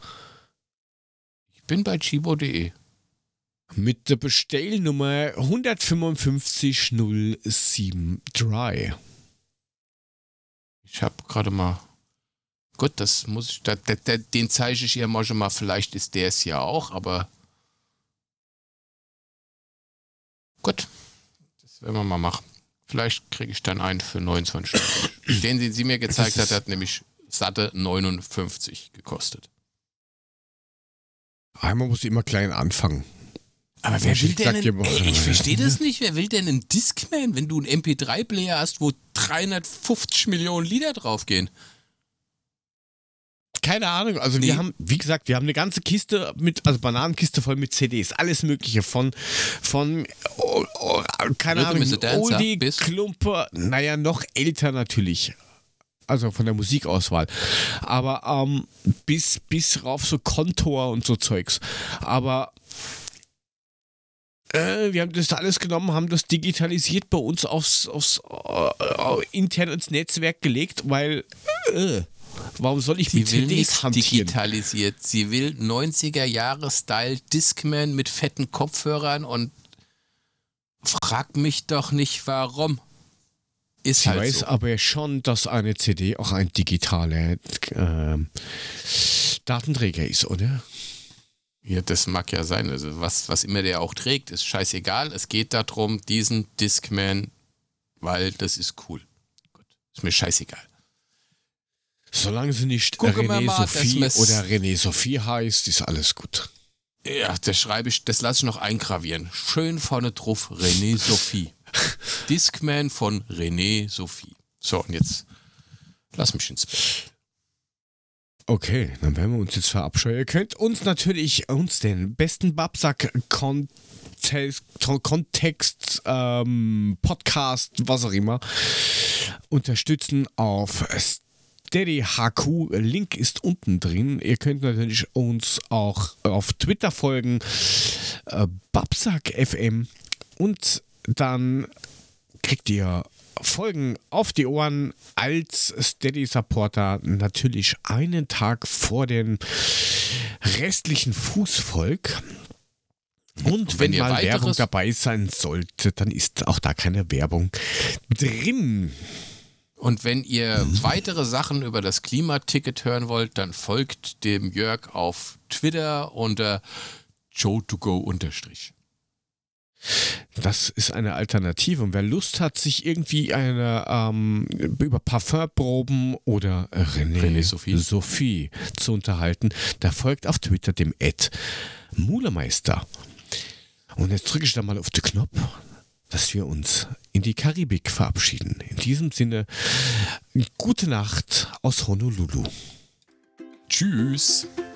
Ich bin bei chibo punkt de. Mit der Bestellnummer eins fünf fünf null sieben drei. Ich habe gerade mal. Gut, das muss ich. Da, da, da, den zeige ich ihr mal schon mal. Vielleicht ist der es ja auch, aber. Gut. Das werden wir mal machen. Vielleicht kriege ich dann einen für neunundzwanzig. Den, den sie mir gezeigt hat, hat nämlich satte neunundfünfzig gekostet. Einmal muss ich immer klein anfangen. Aber Ja, wer ich will denn, sag dir einen, mal- ey, ich verstehe das nicht, wer will denn einen Discman, wenn du einen M P drei Player hast, wo dreihundertfünfzig Millionen Lieder draufgehen? Keine Ahnung, also Nee. wir haben, wie gesagt, wir haben eine ganze Kiste mit, also Bananenkiste voll mit C Ds, alles mögliche von, von, oh, oh, keine Rhythm is a Ahnung, Dancer Oldie, bis- Klumper, naja, noch älter natürlich. Also von der Musikauswahl. Aber ähm, bis, bis rauf so Kontor und so Zeugs. Aber Äh, wir haben das alles genommen, haben das digitalisiert bei uns aufs, aufs äh, intern ins Netzwerk gelegt, weil äh, warum soll ich Sie mit will C Ds nicht hantieren? digitalisiert. Sie will neunziger-Jahre-Style Discman mit fetten Kopfhörern und frag mich doch nicht, warum. Ist Sie halt weiß so. aber schon, dass eine C D auch ein digitaler äh, Datenträger ist, oder? Ja, das mag ja sein. Also was, was immer der auch trägt, ist scheißegal. Es geht darum, diesen Discman, weil das ist cool. Gut. Ist mir scheißegal. Solange sie nicht Gucken wir René mal, Sophie dass wir's- oder René Sophie heißt, ist alles gut. Ja, das schreibe ich, das lasse ich noch eingravieren. Schön vorne drauf, René Sophie. Discman von René Sophie. So, und jetzt lass mich ins Bett. Okay, dann werden wir uns jetzt verabscheuen. Ihr könnt uns natürlich, uns den besten Babsack-Kontext, Kontext, ähm, Podcast, was auch immer, unterstützen auf Steady H Q. Link ist unten drin. Ihr könnt natürlich uns auch auf Twitter folgen, äh, Babsack F M, und dann kriegt ihr Folgen auf die Ohren als Steady-Supporter natürlich einen Tag vor dem restlichen Fußvolk. Und wenn, wenn ihr mal weiteres- Werbung dabei sein sollte, dann ist auch da keine Werbung drin. Und wenn ihr weitere Sachen über das Klimaticket hören wollt, dann folgt dem Jörg auf Twitter unter joe to go unterstrich. Das ist eine Alternative. Und wer Lust hat, sich irgendwie eine ähm, über Parfumproben oder René, René Sophie. Sophie zu unterhalten, der folgt auf Twitter dem Ed Mulemeister. Und jetzt drücke ich da mal auf den Knopf, dass wir uns in die Karibik verabschieden. In diesem Sinne, gute Nacht aus Honolulu. Tschüss.